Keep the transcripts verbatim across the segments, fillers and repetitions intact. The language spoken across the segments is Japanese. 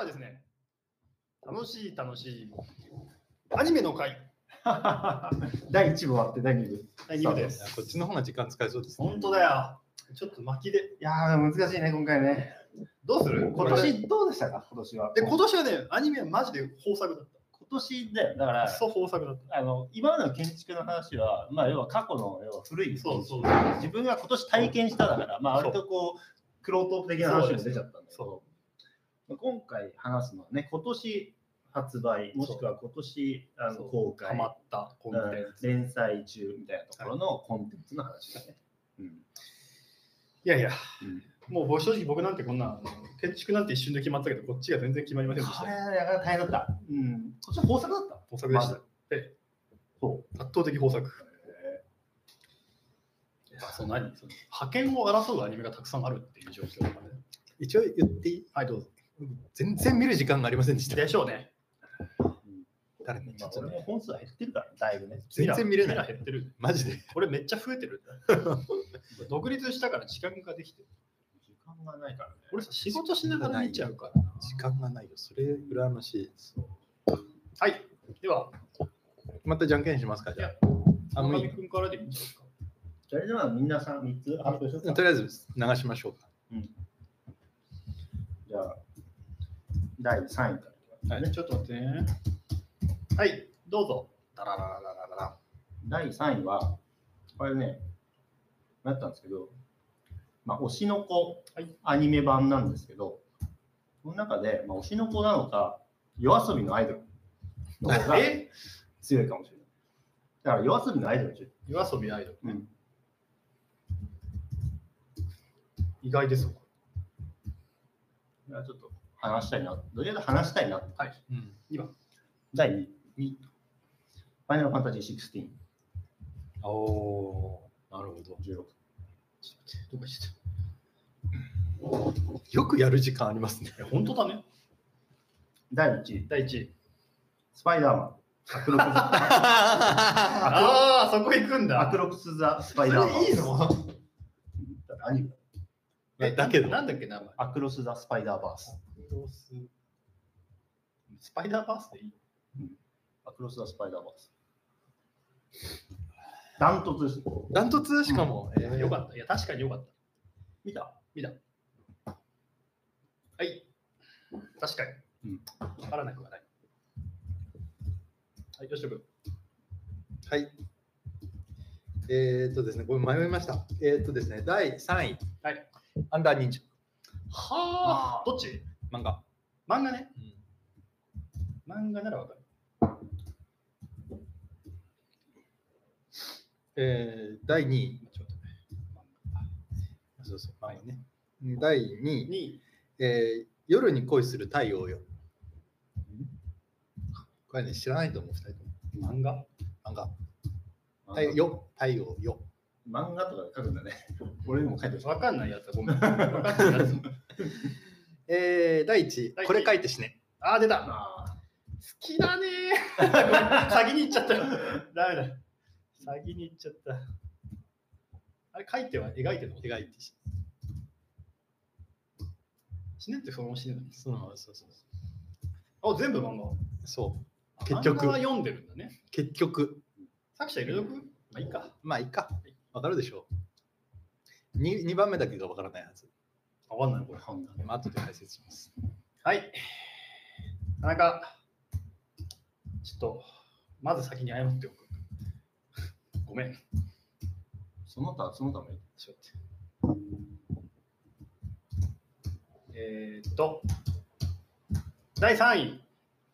はですね、楽しい楽しいアニメの回だいいち部終わってだいに部。 だいに部です。 こっちの方が時間使いそうです、 ね。本当だよ。ちょっと巻きで。 いやー、難しいね、今回ね。 どうする今年どうでしたか、今年は。 で今年はね、アニメはマジで豊作だった。 今年だよ、だから、 そう豊作だった。 あの今までの建築の話は、まあ、要は過去の要は古いそうそう自分が今年体験しただから、まあ、割とこう、クロート的な話が出ちゃったんだけど、今回話すのはね、今年発売、もしくは今年あの公開、 ハマったコンテンツ、 連載中みたいなところのコンテンツの話だね。うん、 いやいや、 うん、 もう正直僕なんてこんな建築なんて一瞬で決まったけど、こっちが全然決まりませんでした。 これはなかなか大変だった。うん、こっちは豊作だった。 豊作でした。で、 そう圧倒的豊作。そう何その覇権を争うアニメがたくさんあるっていう状況だからね。 一応言っていい？ はい、どうぞ。 全然見る時間がありませんでした。 でしょうね。 誰ね、 ちょっとね、本数は減ってるから、だいぶね。 全然見れない。 減ってる。 マジで。 俺めっちゃ増えてる。独立したから時間ができてる。 時間がないからね。 俺さ、仕事しながら見ちゃうから。 時間がないよ。それ、羨ましい。 はい。では、 またじゃんけんしますか、じゃあ。あ、上君からでいいんですか。 それではみんなさん、みっつ発表しようか。 とりあえず流しましょうか。 うん、じゃあ、だいさんいから、 ね。はい、ちょっと待ってね。はい、どうぞ。ダララララララだいさんいは、これね、なったんですけど、まあ、推しの子、はい、アニメ版なんですけど、この中で、まあ、推しの子なのか、夜遊びのアイドルの方が強いかもしれない。だから夜遊びのアイドルでしょ。 夜遊びアイドル。 うん、 意外です。 いやちょっと話したいな。とりあえず話したいな。 はい。うん、にばん。 だいに。ファイナルファンタジーじゅうろく。 おー、なるほど。 じゅうろく。 どこしてよくやる時間ありますね。 本当だね。 だいいちい。 だいいちい。 スパイダーマン。アクロプスああ、そこ行くんだ。 アクロプス・ザ・スパイダーマン。 いいのだってアニメ。だけど。 なんだっけ名前。 アクロス・ザ・スパイダーバース。 アクロス。スパイダーバースでいい、 うん、アクロス・ザ・スパイダーバース。ダントツです。 ダントツしかも、 うん、えー、よかった。いや、確かによかった。 見た見た。はい。確かに。うん。わからなくはない。はい、よしとく。 はい。えー、っとですね、これ迷いました。えー、っとですね、だいさんい。 はい。 アンダー忍者。 はあ。どっち？ 漫画。 漫画ね。うん、漫画ならわかる。 えー、だいにい。ちょっとね。そうそう、漫画ね。だいにい。にえー、夜に恋する太陽よ。これね、知らないと思う、ふたりとも。漫画漫画。太陽よ、太陽よ。 漫画とかで書くんだね。俺にも書いてる。 わかんないやつはごめん。わかんないやつ。 えー、だいいちい、これ書いて死ね。 あー、出た。あ好きだねー。先に行っちゃったよ。ダメだ。先に行っちゃった。あれ、書いては描いてるの？ 描いて死ね。 死ねってそのまま死ねない。 そうそうそう。 あ、全部漫画。 そう。結局。 漫画は読んでるんだね。 結局。 作者入れとく？まあいいか。 まあいいか。わかるでしょう。に, にばんめだけがわからないはず。 わかんないこれ。 まあ後で解説します。 はい。田中、ちょっと、まず先に謝っておく。ごめん。 その他、そのために。 ちょっと。えー、っと、だいさんい。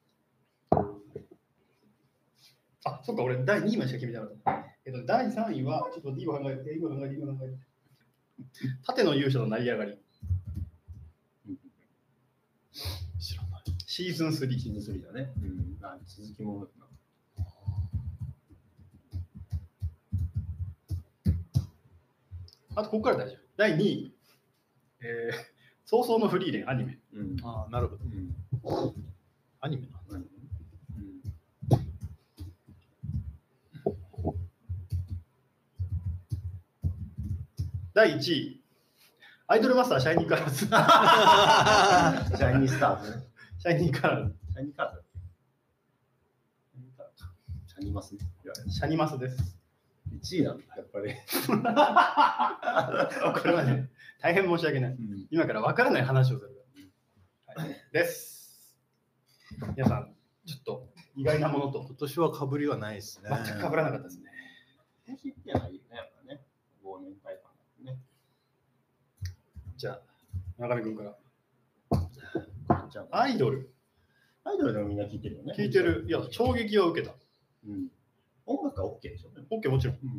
あ、そっか、俺、だいにいまでしか決めてなかった。えっと、だいさんいは、ちょっと今考えて、今考えて、今考えて。盾の勇者の成り上がり。 知らない。 シーズンスリー。 シーズンスリーだね。うん、あ続きものだな。 あと、ここから大丈夫。だいにい。えー、早々のフリーレンアニメ。 うん、ああ、なるほど。うん、アニメなの、うん、 だいいちい。アイドルマスターシャイニーカラーズ。 シャイニースターズね。 シャイニーカラーズ。 シャイニーカラーだっけ？シャイニーカラーか。シャニマスね。 シャニマスです。 いちいなんだ、やっぱり。 これはね、大変申し訳ない。うん、今から分からない話をする。はい、です。皆さん、ちょっと意外なものと。 今年は被りはないですね。 全く被らなかったですね。 今年ってないよね、やっぱね。忘年会感ね。 じゃあ、中見君から。 じゃあ、アイドル。 アイドルでもみんな聞いてるよね。 聞いてる。いや、衝撃を受けた。 うん。音楽は OK でしょ？ OK、もちろん。うん、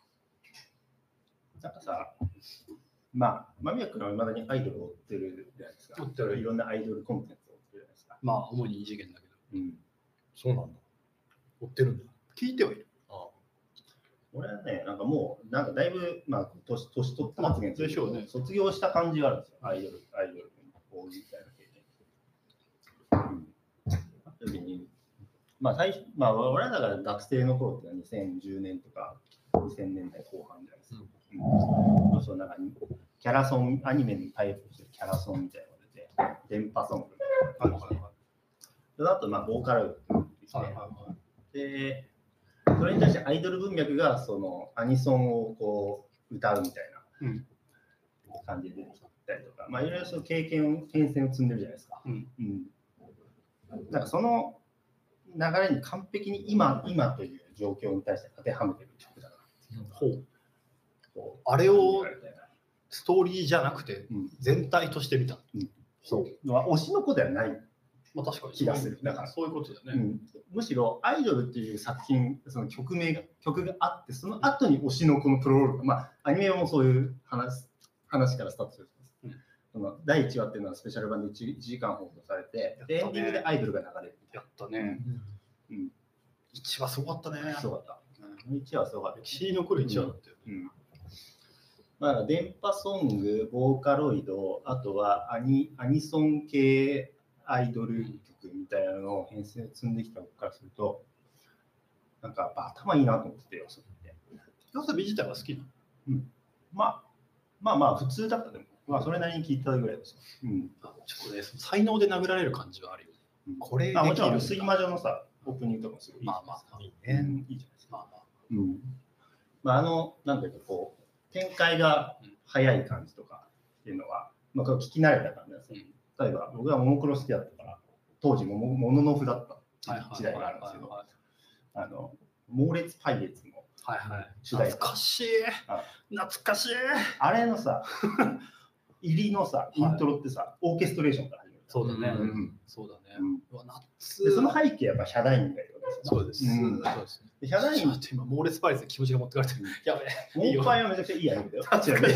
なんかさ、まあ、間宮君はいまだにアイドルを追ってるじゃないですか。追ってる。いろんなアイドルコンテンツを追ってるじゃないですか。 まあ、主に異次元だけど。 うん。そうなんだ。追ってるんだ。 聞いてはいる。 ああ。俺はね、なんかもう、なんかだいぶ、まあ、年年取った発言でしょうね。 卒業した感じがあるんですよ。アイドル、アイドルを追うみたいな経験。うん。時に、まあ最まあ、俺らが学生の頃ってのはにせんじゅうねんとかにせんねんだいこう半じゃないですか。うんうん、そうなんかキャラソン、アニメにタイプしてるキャラソンみたいなのが出て、電波ソングみたいな感じで。その後、まあ、ボーカルですね。で、それに対してアイドル文脈がそのアニソンをこう歌うみたいな感じで出てきたりとか、まあ、いろいろその経験を、変遷を積んでるじゃないですか。うんうん、なんかその流れに完璧に今、今という状況に対して当てはめてる曲だな。 ほう。あれをストーリーじゃなくて全体として見た。 うんうん、そう。推しの子ではない気がする。 だからそういうことだよね、 うん。むしろアイドルっていう作品、その曲名が曲があって、その後に推しの子のプロローグ、まあアニメもそういう話話からスタートするんです。うん、そのだいいちわっていうのはスペシャル版でいちじかん放送されて、ね、でエンディングでアイドルが流れる。 やったね。うん。いちわすごかったね。 すごかった。うん、いちわすごかった。 歴史に残るいちわだったよね。 うんまあ、電波ソング、ボーカロイド、あとはアニ、アニソン系アイドル曲みたいなのを編成積んできた僕からすると、なんかやっぱ頭いいなと思っててよ、それって。 ヨサビ自体は好きなの、 うん、まあ、まあまあ普通だったでも、まあそれなりに聞いたぐらいですよ。 うん。あちょっとね、才能で殴られる感じはあるよね。 うん、これあもちろん薄い魔女のさ、オープニングとかもすごいいい。 まあまあ、いいね。うん、いいじゃないですか。まあまあ。うん。まああの、なんだけど、こう、展開が早い感じとかっていうのは、まあ、聞き慣れた感じですね。例えば、僕はももクロ好きだったから、当時ももののふだった時代があるんですけど、あの、猛烈パイレーツの主題歌。 懐かしい。懐かしい。 あれのさ、入りのさ、イントロってさ、オーケストレーションから始める。 そうだね。うん、そうだね。 うん、でその背景はやっぱヒャダインがいるわけですよ。 そうです。うん、そうですね。 ヒャダイン今、猛烈パイレーツで気持ちが持ってかれてる。やべえ。モーパイはめちゃくちゃいいやるんだよ。ダメ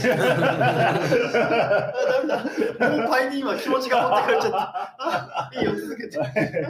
だ。モーパイに今気持ちが持ってかれちゃった。いいよ、続けて。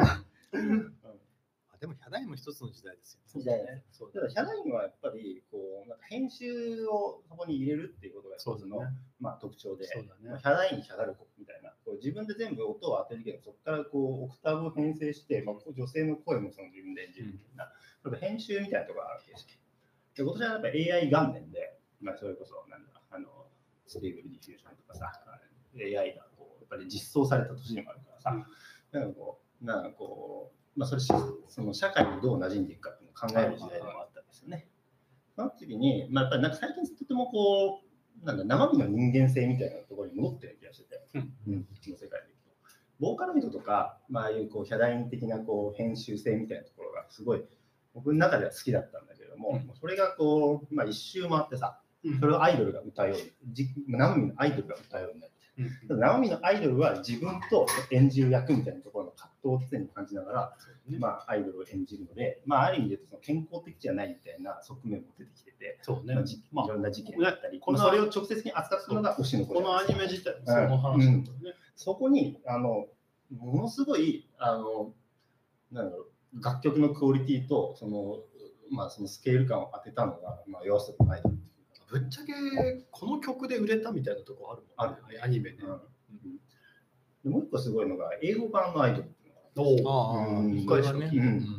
でもヒャダインも一つの時代ですよね。 時代ね。そうだ。ヒャダインはやっぱりこうなんか編集をそこに入れるっていうことが一つの、ね、まあ特徴で、そうだね、ヒャダインヒャダルコみたいなこう自分で全部音を当てるけどそこからこうオクターブを編成して、まあ、女性の声もその自分で演じるみたいな、うん、編集みたいなところがあるわけですよ。で今年はやっぱ エーアイ 元年で、まあそれこそなんだあのステーブルディフュージョンとかさ、エーアイ がこうやっぱり実装された年でもあるからさ、うん、なんかこうなんかこうまあ、それその社会にどう馴染んでいくかっていうのを考える時代でもあったんですよね。その時に、まあ、やっぱりなんか最近とてもこうなんだ生身の人間性みたいなところに戻ってる気がしてて、うんうん、この世界でボーカロイドとか、まああいうこうヒャダイン的なこう編集性みたいなところがすごい僕の中では好きだったんだけども、うん、それがこう、まあ、一周回ってさ、それをアイドルが歌うように生身のアイドルが歌うようになって。うん、生身のアイドルは自分と演じる役みたいなところの葛藤を常に感じながら、ねまあ、アイドルを演じるので、まあ、ある意味で言うとその健康的じゃないみたいな側面も出てきてて、そうねまあ、いろんな事件だったり、まあ、それを直接に扱ったのが推しの子このアニメ自体その話だったね、うん、 そこにあのものすごいあのなんだろう楽曲のクオリティとその、まあ、そのスケール感を当てたのが、まあ、弱さとない。 ぶっちゃけこの曲で売れたみたいなところあるもんね、アニメね、うんうん、 でもう一個すごいのが英語版のアイドルっていうのがある。ああ、ねうん、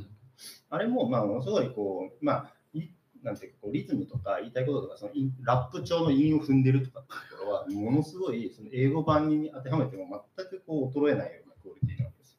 あれもまあものすごいこうまあなんていうかこうリズムとか言いたいこととかそのラップ調の韻を踏んでるとかっていうところはものすごいその英語版に当てはめても全くこう衰えないようなクオリティなんです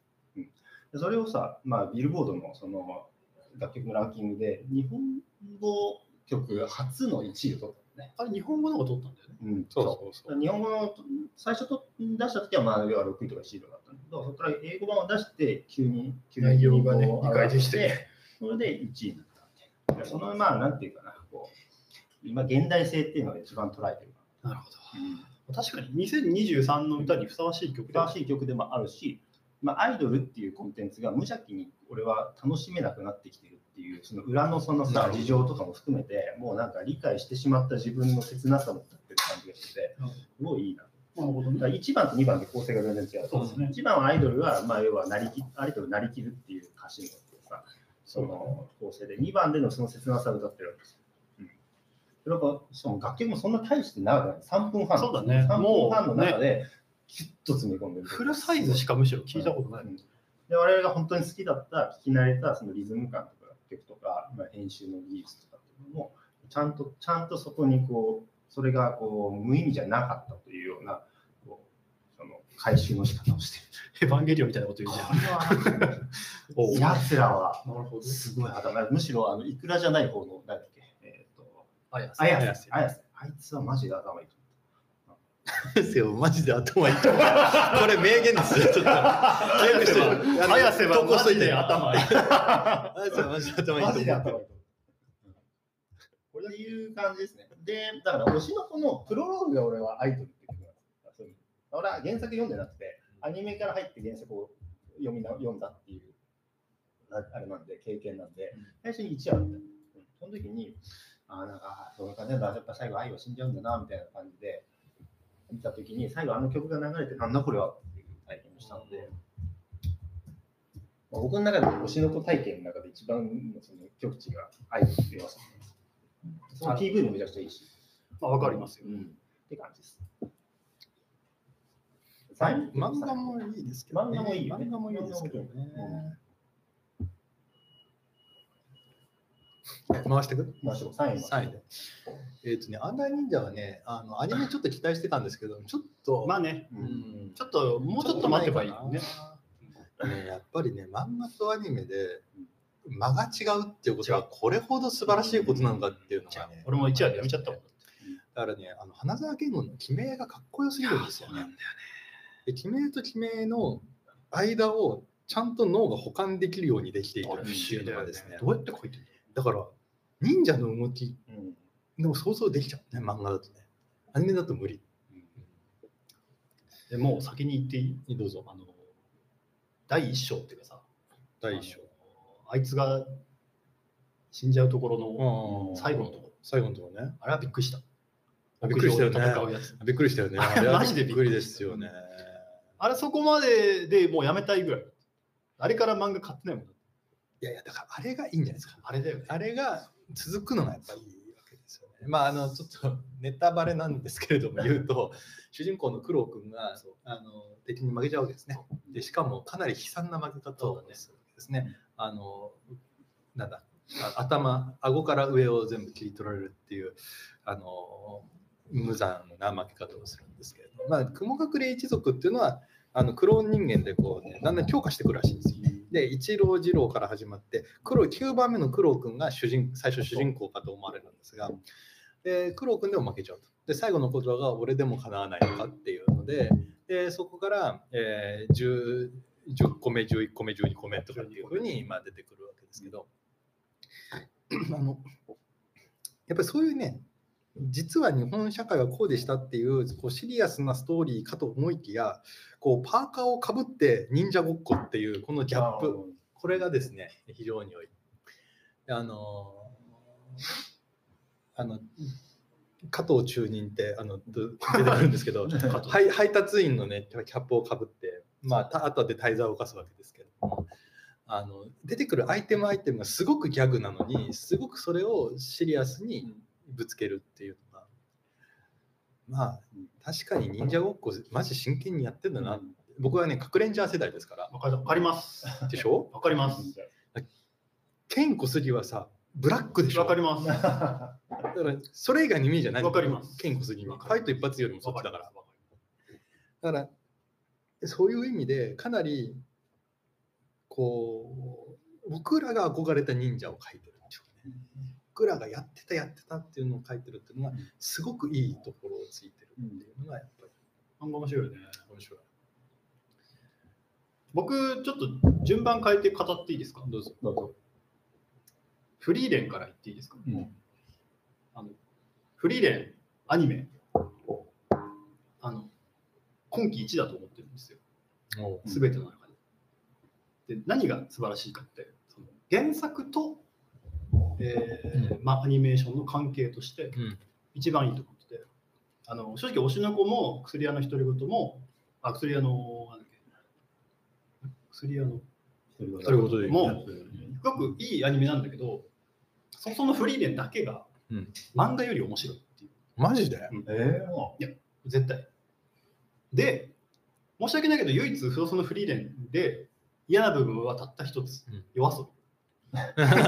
それをさ、まあ、ビルボードのその楽曲のランキングで日本語曲初のいちいを取ったね。 あれ日本語の方が取ったんだよね。 うん、そうそうそう日本語の最初と出した時はまあ要はろくいとかシードだったんだけど、そこから英語版を出して急に急に内容がねこう理解できて、 それでいちいになったわけ。そのまあなんていうかな、こう今現代性っていうのが一番捉えてる。 なるほど。うん、確かににせんにじゅうさんの歌にふさわしい曲ふさわしい曲でもあるし、まあ、アイドルっていうコンテンツが無邪気に俺は楽しめなくなってきてるっていうその裏のそのさ事情とかも含めてもうなんか理解してしまった自分の切なさも立ってる感じがしててすごいいいな。 なるほどね、 いちばんとにばんで構成が全然違う。 そうですね、 いちばんはアイドルは、まあ、要はなりきアイドルなりきるっていう歌詞のさその構成でにばんでのその切なさを歌ってるわけですよ。それはその楽曲もそんな大して長くないさんぷんはん。 そうだね。 さんぷんはんの中できっと詰め込んでる。 フルサイズしかむしろ聞いたことない。 うん、で我々が本当に好きだった聞き慣れたそのリズム感とか曲とか、まあ、編集の技術とかっていうのもちゃんとちゃんとそこにこうそれがこう無意味じゃなかったというようなこうその回収の仕方をしてる。エヴァンゲリオンみたいなこと言うじゃん。 やつらはすごい頭、むしろあのいくらじゃない方の何だっけ、えー、と綾瀬綾瀬綾瀬あいつはマジで頭いいと思う。マジで頭いいと思う。これ名言ですよ。ちょっと。 綾瀬は綾瀬はマジで頭いい。 綾瀬はマジで頭いいと思う。 マジで頭いい。これいう感じですね。で、だから推しの子のプロローグが俺はアイドルって曲なんです。俺は原作読んでなくて、アニメから入って原作を読みな読んだっていうあれなんで経験なんで、最初にいちわだった。その時に、あなんかそういう感じでやっぱ最後愛を死んじゃうんだなみたいな感じで見た時に最後あの曲が流れてなんだこれはっていう体験をしたので、まあ、僕の中で推しの子体験の中で一番のその極致が愛っていう要素なんです。その ピーブイ もめちゃくちゃいいし、 まあ、わかりますよ、 うん、って感じです。 漫画もいいですけど、 ね、漫画もいいよね。 漫画もいいですけどね。回していく回していくさんいさんいで。えっ、ー、とね、アンダー忍者はね、あのアニメちょっと期待してたんですけど、ちょっと、 まあね、 うん、 ちょっともうちょっと待てばいいね。 ね、やっぱりね、漫画とアニメで間が違うっていうことは、これほど素晴らしいことなのかっていうのがね、 俺もいちわでやめちゃったもん。 だからね、あの花澤健吾の決めがかっこよすぎるんですよね。で決めと決めの間をちゃんと脳が補完できるようにできているっていうのがですね、 どうやって書いてるの？ だから忍者の動きでも想像できちゃうね、漫画だとね。アニメだと無理。 でもう先に言っていい？ どうぞ。 あのだいいっ章っていうかさ、 だいいっ章。 あいつが死んじゃうところの最後のところ。 最後のところね。 あれはびっくりした。 びっくりしたよね。びっくりしたよね。あれマジでびっくりですよね。 あれそこまででもうやめたいぐらい。あれから漫画買ってないもん。いやいや、だからあれがいいんじゃないですか。 あれだよね。 あれが続くのがやっぱりいいわけですよね。まあ、あの、ちょっとネタバレなんですけれども言うと、主人公の九郎君があの敵に負けちゃうわけですね。で、しかもかなり悲惨な負け方をするわけですね。あの、なんだ、頭、顎から上を全部切り取られるっていう、あの、無残な負け方をするんですけれども、まあ、雲隠れ一族っていうのは、あのクローン人間でこう、ね、だんだん強化してくるらしいんですよ。で、一郎二郎から始まって、黒きゅうばんめの九郎君が主人最初主人公かと思われるんですが、で九郎君でも負けちゃうと。で、最後の言葉が俺でも叶わないのかっていうので、でそこから、えー、じゅう, じゅっこめ、じゅういっこめ、じゅうにこめとかっていうふうに今出てくるわけですけど、あのやっぱりそういうね、実は日本社会はこうでしたっていうこうシリアスなストーリーかと思いきや、こうパーカーをかぶって忍者ごっこっていうこのギャップ、これがですね非常に良い。あのあの加藤中任ってあの出てくるんですけど配, 配達員のねキャップをかぶって、まあ後で滞在を犯すわけですけども、あの出てくるアイテムアイテムがすごくギャグなのに、すごくそれをシリアスにぶつけるっていうのが、まあ確かに忍者ごっこマジ真剣にやってんだな。僕はね、核レンジャー世代ですから。 わか, かります。 でしょ？ わかります。 剣小杉はさ、ブラックでしょ？ わかります。だからそれ以外に意味じゃない。 わかります。 剣小杉はファイト一発よりもそっちだから。だからそういう意味でかなりここう僕らが憧れた忍者を描いてるんでしょうね。僕らがやってたやってたっていうのを描いてるっていうのがすごくいいところをついてるっていうのがやっぱり漫画面白いよね。 面白い。 僕ちょっと順番変えて語っていいですか。 どうぞ。 どうぞ。 フリーレンから言っていいですか。 うん、 あのフリーレンアニメあの今季一だと思ってるんですよ。すべての中で。で何が素晴らしいかってその原作と、えーうんまあ、アニメーションの関係として一番いいと思ってて、あの正直推しの子も薬屋の独り言もあ薬屋のなんだっけ薬屋の独り言もすごくいいアニメなんだけど、そそのフリーレンだけが漫画より面白いっていう。 マジで、 うん、 えー、いや絶対で申し訳ないけど唯一そのフリーレンで嫌な部分はたった一つ、うん、夜遊び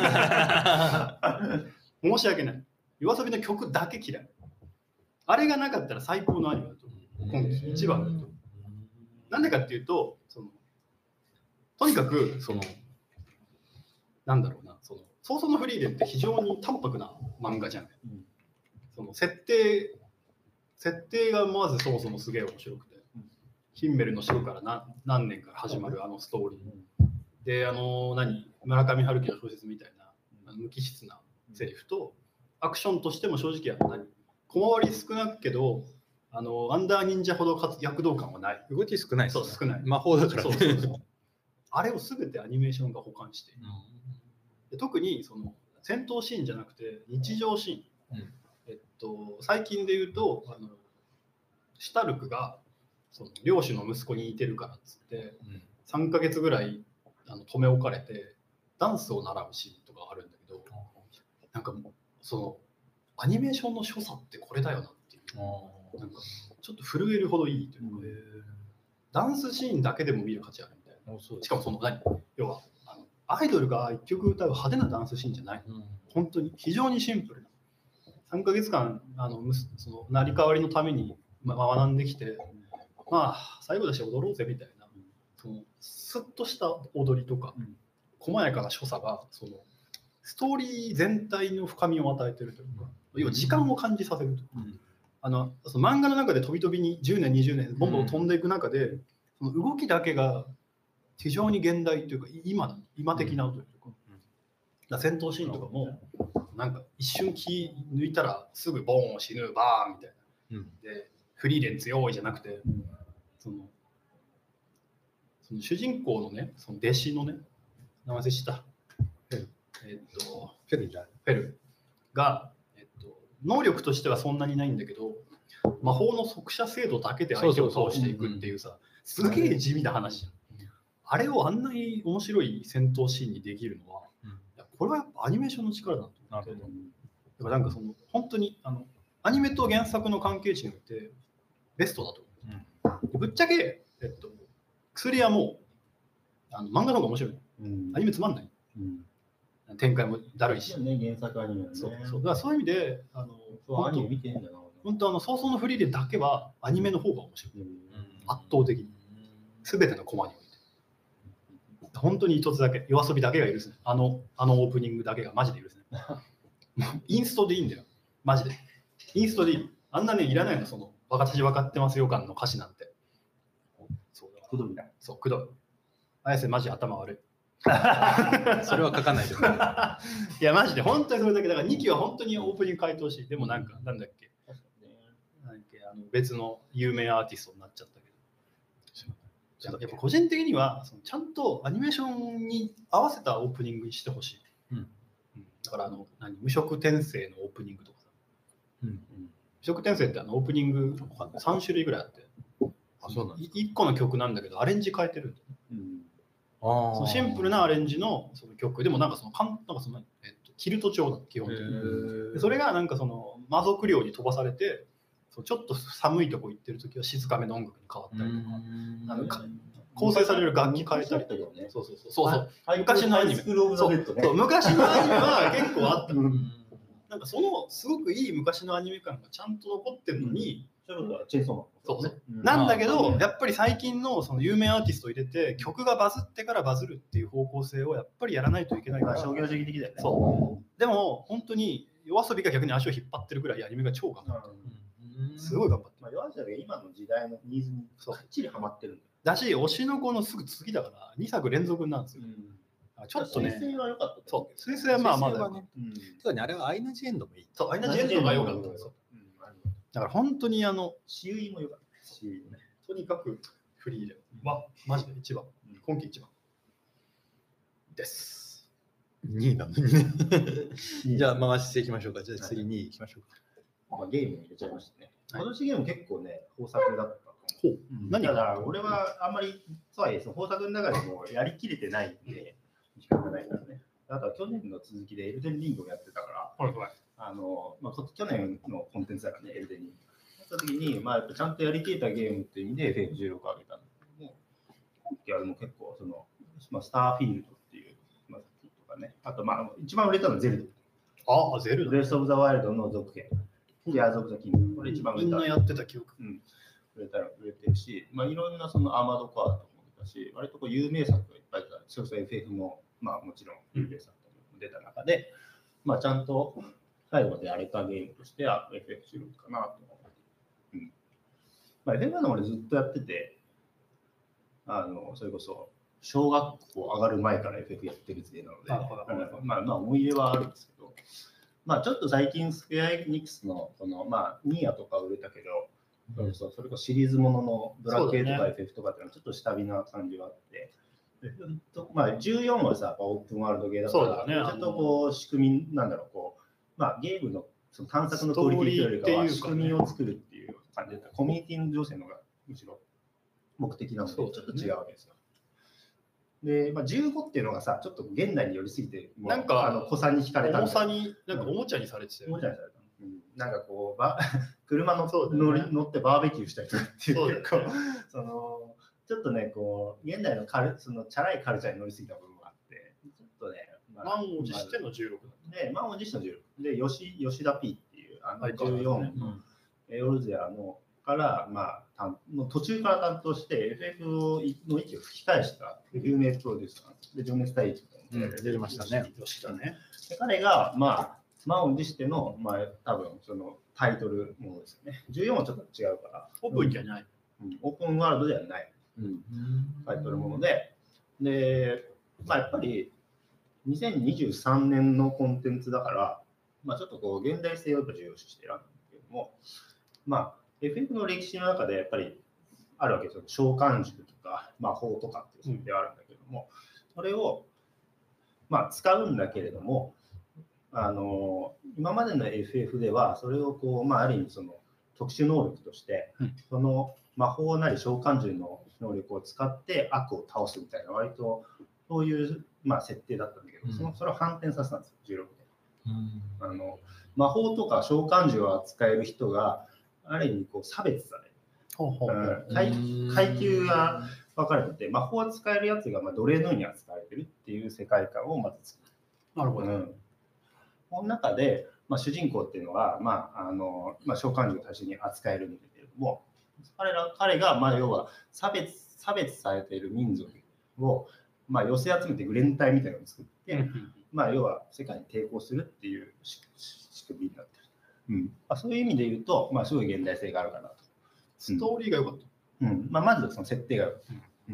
申し訳ない。夜遊びの曲だけ嫌い。あれがなかったら最高のアニメだと思う。今季一番だと。なんでかっていうとそのとにかくそのなんだろうなその早々のフリーレンって非常に淡白な漫画じゃん、うん、その設定設定がまずそもそもすげえ面白くて、うん、ヒンメルの城から何何年から始まるあのストーリー、うん、であの何村上春樹の小説みたいな無機質なセリフとアクションとしても正直あの何小回り少なくけどあのアンダー忍者ほど躍動感はない。 動き少ないですね。 そう少ない。 魔法だから、ね、 そうそうそうあれを全てアニメーションが補完している、うん、で特にその戦闘シーンじゃなくて日常シーン、うんえっと、最近で言うとあのシュタルクがその領主の息子に似てるからっつって、うん、さんかげつぐらいあの留め置かれてダンスを習うシーンとかあるんだけど、うん、なんかもうそのアニメーションの所作ってこれだよなっていう、うん、なんかちょっと震えるほどいいというか、うん、ダンスシーンだけでも見る価値ある。しかもその何要はあのアイドルが一曲歌う派手なダンスシーンじゃない、うん、本当に非常にシンプルなさんかげつかんあのその成り代わりのために、ま、学んできて、まあ最後だし踊ろうぜみたいな、うん、そのスッとした踊りとか、うん、細やかな所作がそのストーリー全体の深みを与えているというか、うん、要は時間を感じさせるというか、うん、あのその漫画の中で飛び飛びにじゅうねんにじゅうねんボンボン飛んでいく中で、その動きだけが非常に現代というか 今, 今的なというか、うん、だ戦闘シーンとかもなんか一瞬気抜いたらすぐボーン死ぬバーンみたいな、うん、でフリーレン強いじゃなくて、うん、そのその主人公のねその弟子のね名前でしたフェル、えー、っとフェルじゃないフェルが、えー、っと能力としてはそんなにないんだけど魔法の速射精度だけで相手を倒していくっていうさすげえ地味な話じゃん。あれをあんなに面白い戦闘シーンにできるのは、うん、いやこれはやっぱアニメーションの力だと思って、だからなんかその本当にあのアニメと原作の関係値によってベストだと思う、うん、ぶっちゃけ、えっと、薬屋もあの漫画の方が面白い、うん、アニメつまんない、うん、展開もだるいし、 ね、原作アニメ、ね、 そうそうだからそういう意味であのそうアニメ見てんだな本当あの早々のフリーレンだけはアニメの方が面白い、うん、圧倒的に全てのコマに本当に一つだけ夜遊びだけが許すね。あのあのオープニングだけがマジで許すね。インストでいいんだよマジで。インストでいい。あんなねいらないのその私分かってますよ感の歌詞なんて。 そうだ。くどいな。 そうくどい。綾瀬マジ頭悪い。 それは書かないで。 いやマジで本当にそれだけだからにきは本当にオープニング変えてほしい。でもなんかなんだっけ。なんだっけあの別の有名アーティストになっちゃったけど。やっぱ個人的にはそのちゃんとアニメーションに合わせたオープニングにしてほしい、うんうん、だからあの何無色転生のオープニングとかさ、うんうん、無色転生ってあのオープニングさん種類ぐらいあってあそうなんですかいっこの曲なんだけどアレンジ変えてるんだよね、うん、あそのシンプルなアレンジのその曲でもなんかそのかんなんかその、えっと、キルト調なの基本的にでそれがなんかその魔族領に飛ばされてそうちょっと寒いとこ行ってる時は静かめの音楽に変わったりとか、なんか構成される楽器変えたりとか、ね、そうそうそうそうそう昔のアニメ、そうそう昔のアニメは結構あった、うん、なんかそのすごくいい昔のアニメ感がちゃんと残ってるのに、 そういうことはチェーンソーマン。 そうそう。 うん、 なんだけど、 まあ、 やっぱり最近のその有名アーティストを入れて、曲がバズってからバズるっていう方向性をやっぱりやらないといけないから。 商業主義的だよね。 そう。でも、本当に夜遊びが逆に足を引っ張ってるぐらいアニメが超頑張ってる。うん、すごい頑張ってる。 まあ、夜遊びが今の時代のニーズにかっちりハマってるんだよ。 だし、推しの子のすぐ次だからにさく連続なんですよ。 うん、 ちょっとね。 水星は良かった。 そう。水星はまあまだね。うん。てかね、あれはアイナ・ジ・エンドもいい。 そう、アイナ・ジ・エンドが良かったんですよ。だから本当にあの、 シウイも良かった。シウイね。 とにかくフリーで。まあ、マジで一番。今季一番。です。 にいなのにね。じゃあ回していきましょうか。じゃあ次にい行きましょうか。 まあ、ゲームに入れちゃいましたね。今年ゲーム結構ね、豊作だった。 ほう。 何だから俺はあんまり、とはいえ、豊作の中でもやりきれてないんで、時間がないからね。あとは去年の続きでエルデンリングをやってたから、 はいはい、 あのまあ、去年のコンテンツだからね、エルデンリング。やった時に、まあ、やっぱちゃんとやりきれたゲームっていう意味で エフエフじゅうろく を上げたんだけども、今期はもう結構その、まあ、スターフィールドっていう、まあ、とかね、あと、まあ、一番売れたのはゼルダ。ああ、ゼルダ。 ブレス・オブ・ザ・ワイルドの続編。ティアーズ・オブ・ザ・キングダム。これ一番売れた。 みんなやってた記憶。 うん。売れたら売れてるし、まあ、いろんなそのアーマードコアとかも出たし、割とこう有名作がいっぱい出た。それこそ エフエフ も、まあもちろん有名作も出た中で、まあちゃんと最後までやれたゲームとしては エフエフじゅうろく かなと思う。うん。まあ エフエフ は俺ずっとやってて、あの、それこそ小学校上がる前から エフエフ やってる勢なので、うん、まあまあ思い入れはあるんですけど、まあちょっと最近スクエアエニックスのこの、まあニーヤとか売れたけど、そうそう、それこそシリーズもののドラケイとか エフエフ とかっていうのはちょっと下火な感じがあって、まあ、じゅうよんはさ、オープンワールドゲーだから、ね、ちょっとこう仕組み、なんだろう、こう、まあ、ゲームのその探索のクオリティというよりかは、仕組みを作るっていう感じで、コミュニティの情勢のがむしろ目的なので、ちょっと違うわけですよ。で、まあ、じゅうごっていうのがさ、ちょっと現代に寄りすぎて、 なんか、 あの子さんに惹かれた。 重さに、なんかおもちゃにされてたよ、 ね。おもちゃにされた。うん、なんかこう、ば車の乗り、ね、乗ってバーベキューしたりとかっていう、結構、その、ちょっとね、こう、現代のカルそのチャラいカルチャーに乗りすぎた部分があって、ちょっとね、 まあ、満を持してのじゅうろくだった。で、満を持してのじゅうろく。で、吉吉田 P っていう、あのじゅうよん、ね、うん、オルゼアのから、まあ、の途中から担当して、エフエフ の息を吹き返した有名プロデューサーで、情熱大陸で出てましたね。 吉田ね。 で彼が、まあ、満を持しての、まあ、多分そのタイトルものですよね。じゅうよんはちょっと違うから。 オープンじゃない。 うん、オープンワールドではない。うん、タイトルもので、で、まあ、やっぱりにせんにじゅうさんねんのコンテンツだから、まあ、ちょっとこう現代性を重要視して選んだんだけども、まあ、エフエフ の歴史の中でやっぱりあるわけですよ。召喚獣とか魔法とかっていう設定はあるんだけども、うん、それを、まあ、使うんだけれども、あの今までの エフエフ ではそれをこう、まあ、ある意味その特殊能力として、うん、その魔法なり召喚獣の能力を使って悪を倒すみたいな割とそういう、まあ、設定だったんだけど、うん、そのそれを反転させたんですよ、じゅうろくで、うん、あの魔法とか召喚獣を扱える人がある意味こう差別される、うん、階, 階級が分かれてて、魔法を使えるやつがまあ奴隷のように扱われてるっていう世界観をまず作る。 なるほど、うん、 この中で、まあ、主人公っていうのは、まああのまあ、召喚獣を対象に扱えるんだけれども、彼ら彼がまあ要は差別差別されている民族をまあ寄せ集めてグレン隊みたいなのを作って、うん、まあ要は世界に抵抗するっていう仕組みになってる。うんまあ、そういう意味で言うと、まあ、すごい現代性があるかなと。 ストーリーが良かった。 うんまあ、まずその設定が良かった。うん、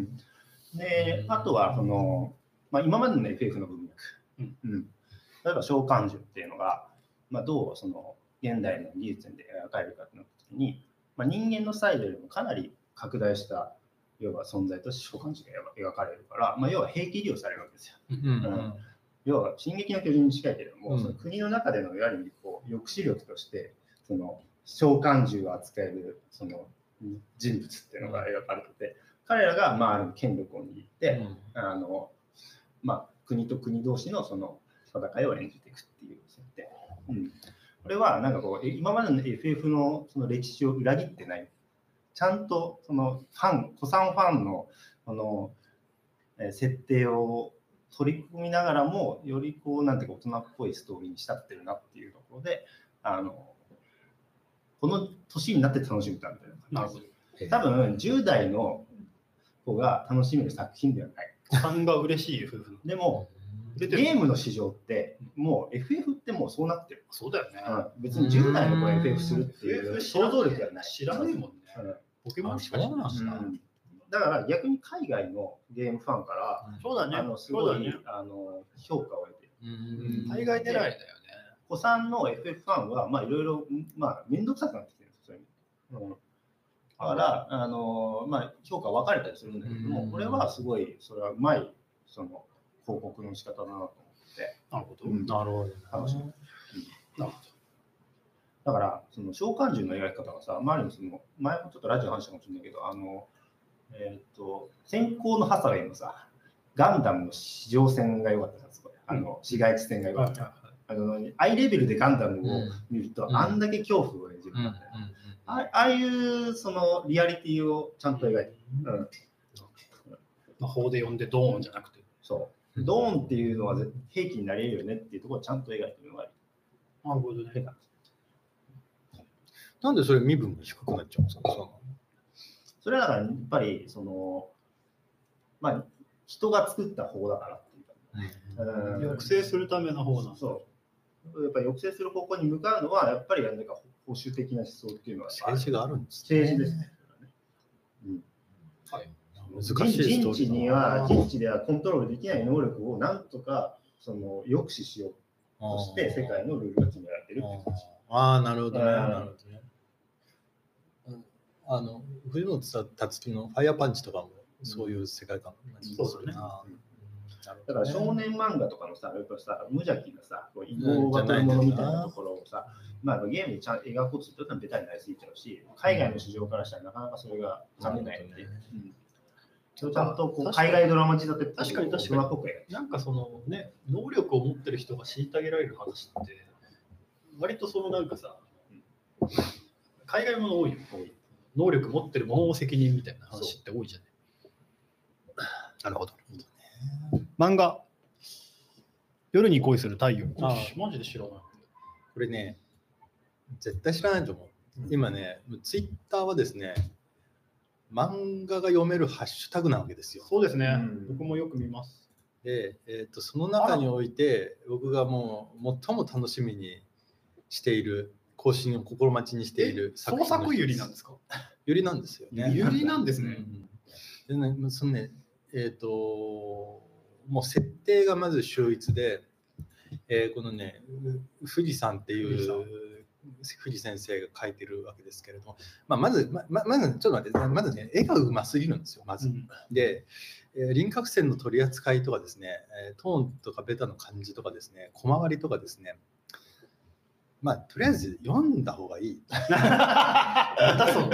で、あとはその、まあ、今までの エフエフ の文脈。うんうん、例えば召喚獣っていうのが、まあ、どうその現代の技術で描かれるかってなった時に、まあ、人間のサイドよりもかなり拡大した要は存在として召喚獣が描かれるから、まあ、要は兵器利用されるわけですよ。うんうんうん要は進撃の巨人に近いけれども、うん、その国の中でのいわゆるこう抑止力としてその召喚獣を扱えるその人物っていうのが描かれてて、うん、彼らがまあある権力を握って、うんあのまあ、国と国同士のその戦いを演じていくっていう設定、うん、これはなんかこう今までの エフエフ のその歴史を裏切ってない、ちゃんとそのファン古参ファンのその設定を取り組みながらもよりこうなんていうか大人っぽいストーリーに仕立ってるなっていうところで、あのこの年になって楽しめたみたいな。 なるほど。 多分じゅう代の子が楽しめる作品ではない。 勘が嬉しい夫婦。 でもゲームの市場ってもう エフエフ ってもうそうなってる。 そうだよね。 うん、別にじゅう代の子が エフエフ するっていう想像力がない。 知らないもんね。 うん、 ポケモンしか知らないしな。 だから逆に海外のゲームファンから、 うん、そうだね。 あのすごい、ね、あの評価を得てる。 うん、海外狙いだよね。 子さんの エフエフ ファンはまあいろいろまあ面倒くさくなってきてるんですよ。そういう、うん、だからあのまあ評価分かれたりするんだけども、うん、これはすごいそれはうまいその広告の仕方だなと思って。 なるほど。 うん、なるほど。 楽しい。 なるほど。 だからその召喚獣の描き方がさ、周りのその前もちょっとラジオ話したかもしれないけど、あのえっ、ー、と先行のハサウェイのさガンダムの地上戦が良かったんですよ。あの市街地戦が良かった。うんあのアイレベルでガンダムを見ると、うん、あんだけ恐怖を演じるんだよ、うんうん、あ, ああいうそのリアリティをちゃんと描いてる、うん、 魔法で呼んでドーンじゃなくてそうドーンっていうのは兵器になれるよねっていうところをちゃんと描いてるのがいい。 なるほどね。 なんでそれ身分が低くなっちゃうんですか。 それはだからやっぱりそのまあ人が作った方だからっていうか、 うん、抑制するための方なんだ。 そうやっぱり抑制する方向に向かうのはやっぱり何か保守的な思想っていうのは政治があるんですね。 政治ですね。うん、 はい。難しい人知には人知ではコントロールできない能力をなんとかその抑止しようとして世界のルールが決められてるっていう話。 ああなるほどね。なるほどね。あの藤本辰樹のファイヤーパンチとかもそういう世界観なんですね。 そうですね。だから少年漫画とかのさ、やっぱさ無邪気なさ、移動が来るものみたいなところをさ、まあ、ゲームでちゃんと描こうとするとベタになりすぎちゃうし、海外の市場からしたらなかなかそれが残念ないので、ちゃんとこう海外ドラマ仕立て確かに確かになんかそのね、能力を持ってる人が虐げられる話って、割とそのなんかさ、海外もの多いよ。能力持ってるもの責任みたいな話って多いじゃない。 なるほど。 漫画夜に恋する太陽。マジで知らない。 これね、絶対知らないと思う。今ね、ツイッターはですね、漫画が読めるハッシュタグなわけですよ。 そうですね。うん、僕もよく見ます。 で、えーと、その中において、僕がもう最も楽しみにしている、更新を心待ちにしている作品。創作ゆりなんですか？ ゆりなんですよね。 ゆりなんですね。 うん、でね、そのね、えっ、ー、と、もう設定がまず秀逸で、えー、このね、富士山っていう富士先生が書いてるわけですけれども、まあ、まず、ま、まず、ちょっと待って、まずね、絵がうますぎるんですよ、まず。うん、で、えー、輪郭線の取り扱いとかですね、えー、トーンとかベタの感じとかですね、小回りとかですね、まあ、とりあえず読んだ方がいい。 だそう。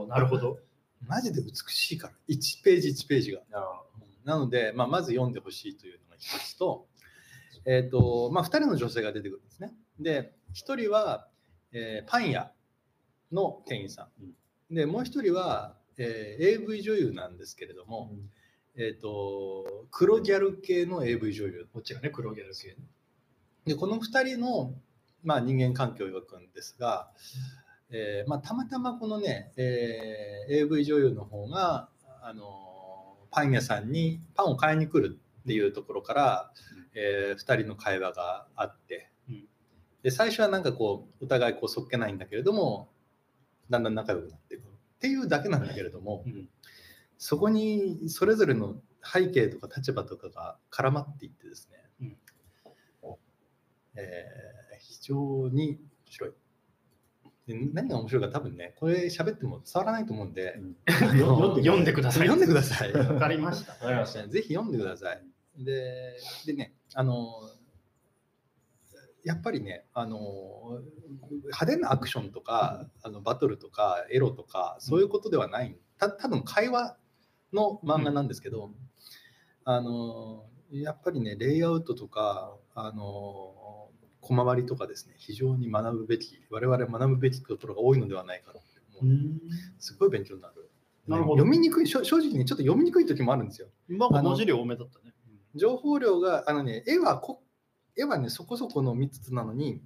なるほど。 マジで美しいから、いちページいちページが。なので、まあ、まず読んでほしいというのが一つと、えーとまあ、ふたりの女性が出てくるんですね。で、ひとりは、えー、パン屋の店員さん。で、もうひとりは、えー、エーブイ 女優なんですけれども、うん、えーと、黒ギャル系の エーブイ 女優。 こっちがね、黒ギャル系。 で、このふたりの、まあ、人間関係を描くんですが、えーまあ、たまたまこのね、えー、エーブイ 女優の方が、あのパン屋さんにパンを買いに来るっていうところから、うんえー、ふたりの会話があって、うん、で最初はなんかこうお互いこうそっけないんだけれどもだんだん仲良くなっていくっていうだけなんだけれども、うん、そこにそれぞれの背景とか立場とかが絡まっていってですね、うんえー、非常に面白い。で何が面白いか多分ねこれ喋っても伝わらないと思うんで、うん、 読んでください。 読んでください。 わかりました。 わかりました。ぜひ読んでください。で、でね、あのやっぱりね、あの派手なアクションとか、あのバトルとかエロとかそういうことではない。た多分会話の漫画なんですけど、うん、あのやっぱりねレイアウトとかあの小回りとかですね、非常に学ぶべき、我々学ぶべきところが多いのではないかと思う。すごい勉強になる。 なるほど。 読みにくい、正直にちょっと読みにくい時もあるんですよ。 今は文字量多めだったね。 情報量が、あのね、絵はこ、絵はね、そこそこの見つつなのに、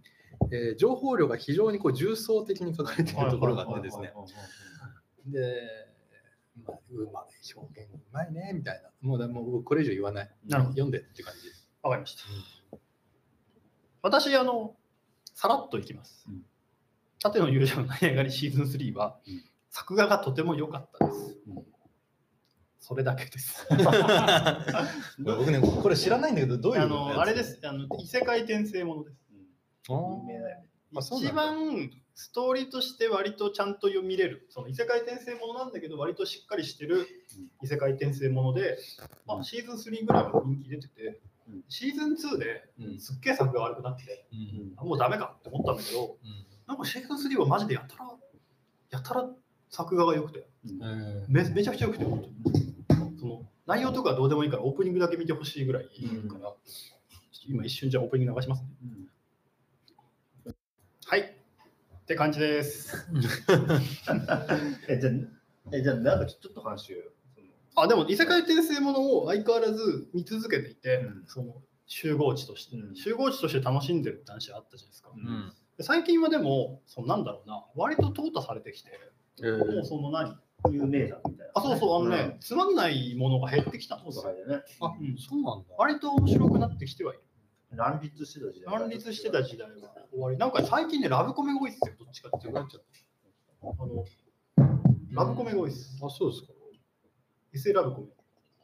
えー情報量が非常にこう重層的に書かれているところがあってですね。で、まあ、うまい表現うまいねみたいな。もうだもうこれ以上言わない。 なるほど読んでって感じ。 わかりました。私、あの、さらっといきます。 うん、 縦の勇者の成り上がりシーズンスリーは、うん、作画がとても良かったです。うん、それだけです。 僕ね、これ知らないんだけど、どういうあのあれです。あの異世界転生ものです。 うん、有名だよね。 一番ストーリーとして割とちゃんと読みれる、その異世界転生ものなんだけど、割としっかりしてる異世界転生もので、うん、まあ、シーズンスリーぐらいは人気出てて、うん、シーズンツーですっげえ作が悪くなって、うん、もうダメかって思ったんだけど、うん、なんかシーズンスリーはマジでやたら、やたら作画が良くて、うん、め, めちゃくちゃ良くて、本当にその内容とかどうでもいいからオープニングだけ見てほしいぐらいいいから、うん、今一瞬じゃオープニング流しますね。うん、はいって感じです。 えじゃあ、えじゃあなんかちょっと話しようよ。 あでも異世界転生ものを相変わらず見続けていて、うん、その集合値として、うん、集合値として楽しんでるって話があったじゃないですか。うん、で最近はでもそのなんだろうな、割と淘汰されてきて、えー、もうその何有名だみたいな、ね。 あそうそうあのね、うん、つまんないものが減ってきたんですよ。ね、あ、うん、そうなんだ。割と面白くなってきてはいる。 乱立してた時代。 乱立してた時代は終わり。なんか最近ね、ラブコメが多いっすよ、どっちかっていうと。あのラブコメが多いっす。 あ、そうですか。 異世ラブコメ。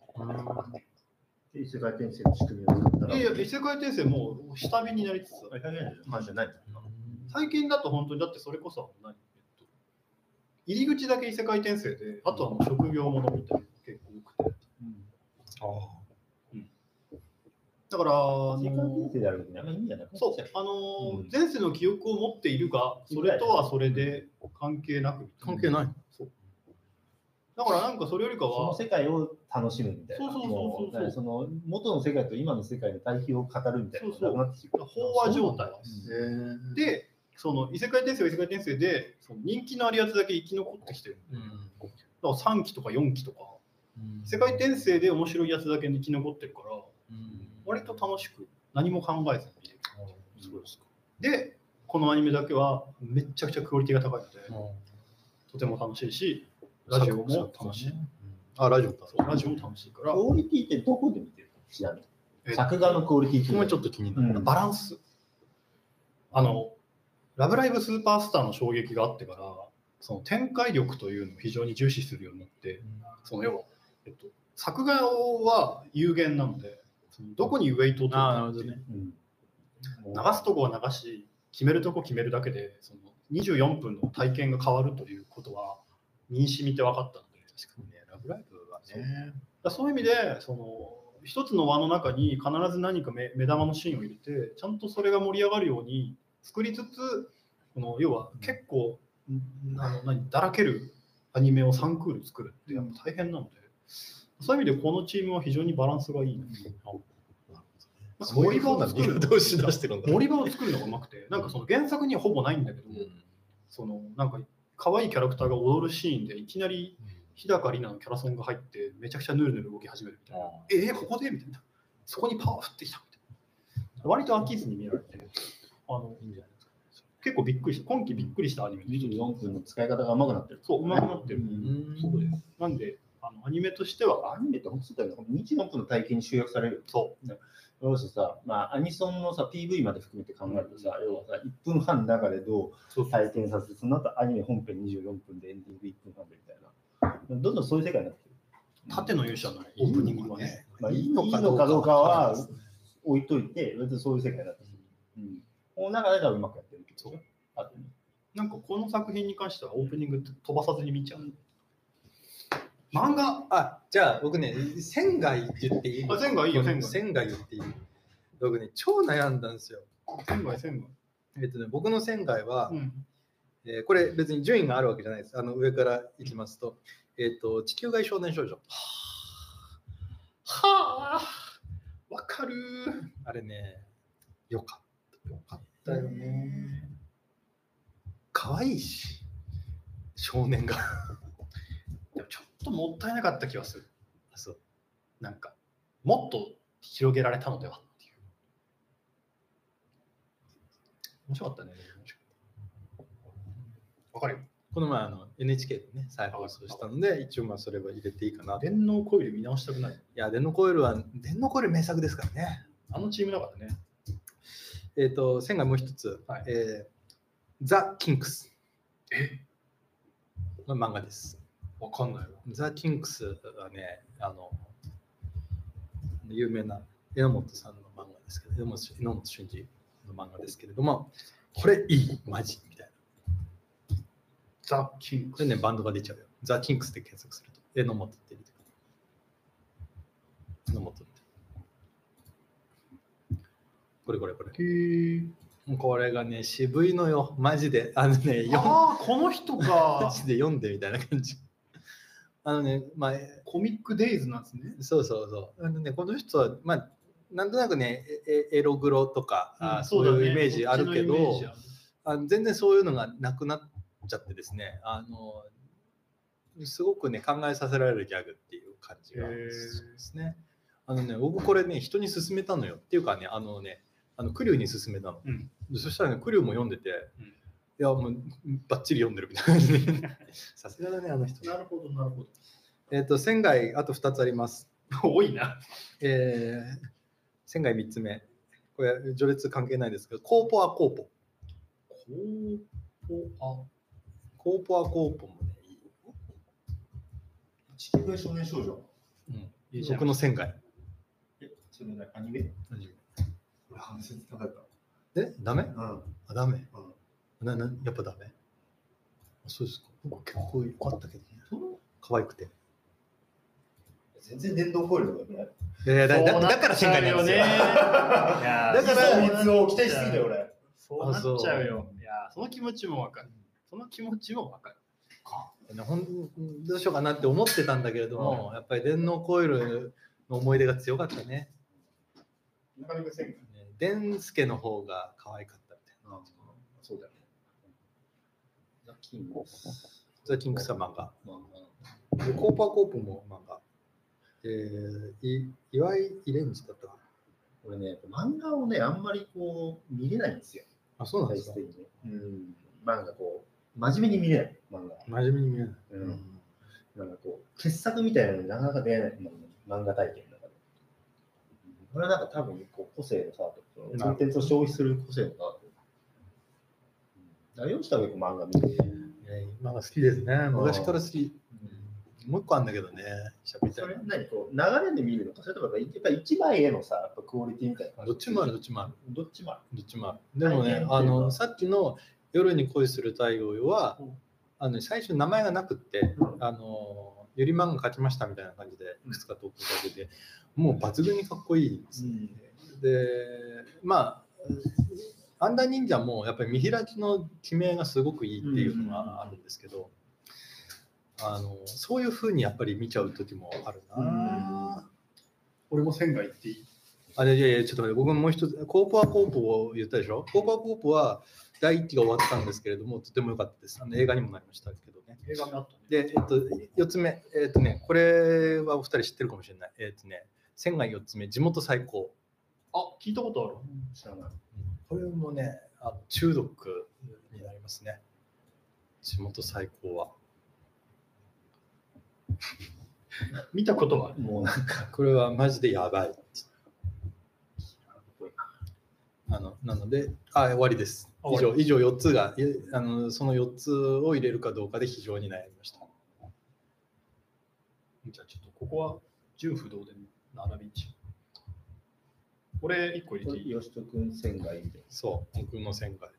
異世界転生の仕組みを作ったら。 いやいや、異世界転生もう下火になりつつある。最近だと本当にだってそれこそ何、えっと、入り口だけ異世界転生で、あとはもう職業ものみたいなのが結構多くて。うん、ああ。だから、あのそう、あの、うん、前世の記憶を持っているが、それとはそれで関係なく。 関係ない。 そう。だからなんかそれよりかは、 その世界を楽しむみたいな。そうそうそうそう。その元の世界と今の世界の対比を語るみたいな。そうそう。 飽和状態です。で、その異世界転生は異世界転生で、その人気のあるやつだけ生き残ってきてる。うん、だからさんきとかよんきとか、うん、異世界転生で面白いやつだけ生き残ってるから、うん割と楽しく何も考えずに見れる。そうですか。で、このアニメだけはめっちゃくちゃクオリティが高いので、とても楽しいし、ラジオも楽しい。 あ、ラジオだ。 ラジオも楽しいから。 クオリティってどこで見てるの？ちなみに。作画のクオリティってもちょっと気になる、 うん。バランス。あの、ラブライブスーパースターの衝撃があってから、その展開力というのを非常に重視するようになって、うん、その要は、えっと、作画は有限なので、どこにウェイトを取るかっていう、うん、流すとこは流し決めるとこ決めるだけでそのにじゅうよんぷんの体験が変わるということは身に染みて分かったので、 確かにね、ラブライブはね、 そう、そういう意味でその一つの輪の中に必ず何か 目, 目玉のシーンを入れてちゃんとそれが盛り上がるように作りつつ、この要は結構、うん、あの何だらけるアニメをさんクール作るってやっぱ大変なので、そういう意味でこのチームは非常にバランスがいいな。森場を作る森場を作るのがうまくて、なんかその原作にはほぼないんだけど、うん、そのなんか可愛いキャラクターが踊るシーンでいきなり日高里奈のキャラソンが入ってめちゃくちゃヌルヌル動き始めるみたいな。えー、ここでみたいな。そこにパワー降ってきたみたいな。割と飽きずに見られて、あのいいんじゃないですか。結構びっくりした。今季びっくりしたアニメ。 にじゅうよんぷんの使い方がうまくなってる。 そう、うまくなってる。そうです。なんで。あのアニメとしては、 アニメって本当だよね。にじゅうよんぷんの体験に集約される。 そう。 要するにさ、まあ、アニソンのさ ピーブイ まで含めて考えるとさ、うん、要はさいっぷんはんの中でどう体験させて、その後アニメ本編にじゅうよんぷんでエンディングいっぷんはんでみたいな。どんどんそういう世界になってくる。 縦の勇者のオープニングはね、 まあ、いいのかどうかは置いといて、別にそういう世界になってくる。うん。この中ではうまくやってるけど、あとね。 なんかこの作品に関してはオープニング飛ばさずに見ちゃう。漫画あ、じゃあ僕ね、仙外言っていい？ あ、仙外いいよ、仙外。仙外言っていい？僕ね、超悩んだんですよ。 仙外、仙外。 えっとね、僕の仙外は、うんえー、これ別に順位があるわけじゃないです。あの上からいきますと、えっと、地球外少年少女。 はあ、わかる。 あれね、よかった。よかったよね。可愛いし、少年が。 でもちょっともったいなかった気がする。 あ、そう。 なんかもっと広げられたのではっていう。 面白かったね。わかるよ。 この前あの エヌエイチケー でね、再放送したので、一応まあそれは入れていいかなと。 電脳コイル見直したくない。いや、電脳コイルは、電脳コイル名作ですからね。 あのチームだからね。 えっと、線がもう一つ、はい、えー、ザ・キンクス。 えの漫画です。 わかんないわ。 ザ・キンクスはね、あの、有名な榎本さんの漫画ですけど、榎本俊二の漫画ですけれども、これいい、マジみたいな。 ザ・キンクス。 それね、バンドが出ちゃうよ。ザ・キンクスで検索すると、榎本って出てくる。榎本って。これこれこれ。へー。これがね、渋いのよ、マジで。あのね、 ああ、この人か。 マジで読んでみたいな感じ。あのね、まあ、 コミックデイズなんですね。 そうそうそう。あのね、この人は、まあ、なんとなくね、エログロとか、 うん、 そういうイメージあるけど、あの全然そういうのがなくなっちゃってですね、あのすごくね、考えさせられるギャグっていう感じがですね。あのね、僕これね、人に勧めたのよ。っていうかね、あのね、あのクリューに勧めたの、うん、そしたらねクリューも読んでて、うん、いやもうバッチリ読んでるみたいな感じでさすがだねあの人。 なるほどなるほど。 えっと仙外あとふたつあります。 多いな。 えー、仙外みっつめ、これ序列関係ないですけど、コーポアコーポ。 コーポアコーポアコーポもねいい。 地球外少年少女。 うん。僕の仙外。 え、それ何アニメ？アニメ。話高かった。 え、ダメ？ うん。 あ、ダメ。うん。な、な、やっぱダメ。あ、そうですか。僕結構良かったけどね。可愛くて。 全然電動コイルだよね。 いやいや、だ、だ、だから仙外なんですよ。 いや、 だから秘密を期待しすぎたよ俺。 そうなっちゃうよ。いや、その気持ちもわかる。その気持ちもわかる。 ほんどうしようかなって思ってたんだけれども、うん、やっぱり電脳コイルの思い出が強かったね。 なかなかせんがね。 デンスケの方が可愛かったみたいな。 そうだよね。ザ・キングス。 ザ・キングスは漫画。でコーパーコープも漫画。えー、い岩井イレンジだったかな。 俺ね、漫画をね、あんまりこう見れないんですよ。 あ、そうなんですか。 うん。漫画こう、真面目に見れない、漫画。 真面目に見れない。 うん。なんかこう、傑作みたいなのになかなか出会えない漫画体験の中で。これはなんか多分こう個性の差と、コンテンツを消費する個性の差と。誰をしたら結構漫画見る。 漫画好きですね。昔から好き。もう一個あるんだけどね。 それ何こう流れで見るのか、それともやっぱり一枚へのさ、やっぱクオリティみたいな感じ。 どっちもある、どっちもある。 どっちもある。 どっちもある。でもね、あのさっきの夜に恋する太陽は、うん、あの最初名前がなくって、うん、あのゆり漫画描きましたみたいな感じでいくつか投稿されてて、もう抜群にかっこいいですね。うん、で、まあアンダー忍者もやっぱり見開きの決めがすごくいいっていうのがあるんですけど。あのそういう風にやっぱり見ちゃう時もあるな。 俺も仙外行っていい？ あれいやいやちょっと待って、僕ももう一つコーポアコープを言ったでしょ。コーポアコープはだいいっきが終わったんですけれども、とても良かったです。あの映画にもなりましたけどね。 映画にあったね。 で、えっとよっつめ、えっとねこれはお二人知ってるかもしれない。えっとね仙外よっつめ、地元最高。 あ、聞いたことある。 知らない。 これもねあの中毒になりますね。地元最高は。 見たことはもうなんかこれはマジでやばい。あのなので、あ、終わりです。以上以上よっつがあのそのよっつを入れるかどうかで非常に悩みました。 じゃあちょっとここは純不動で並び一。これいっこ入れていい？ 吉人君仙外で。 そう、僕の仙外。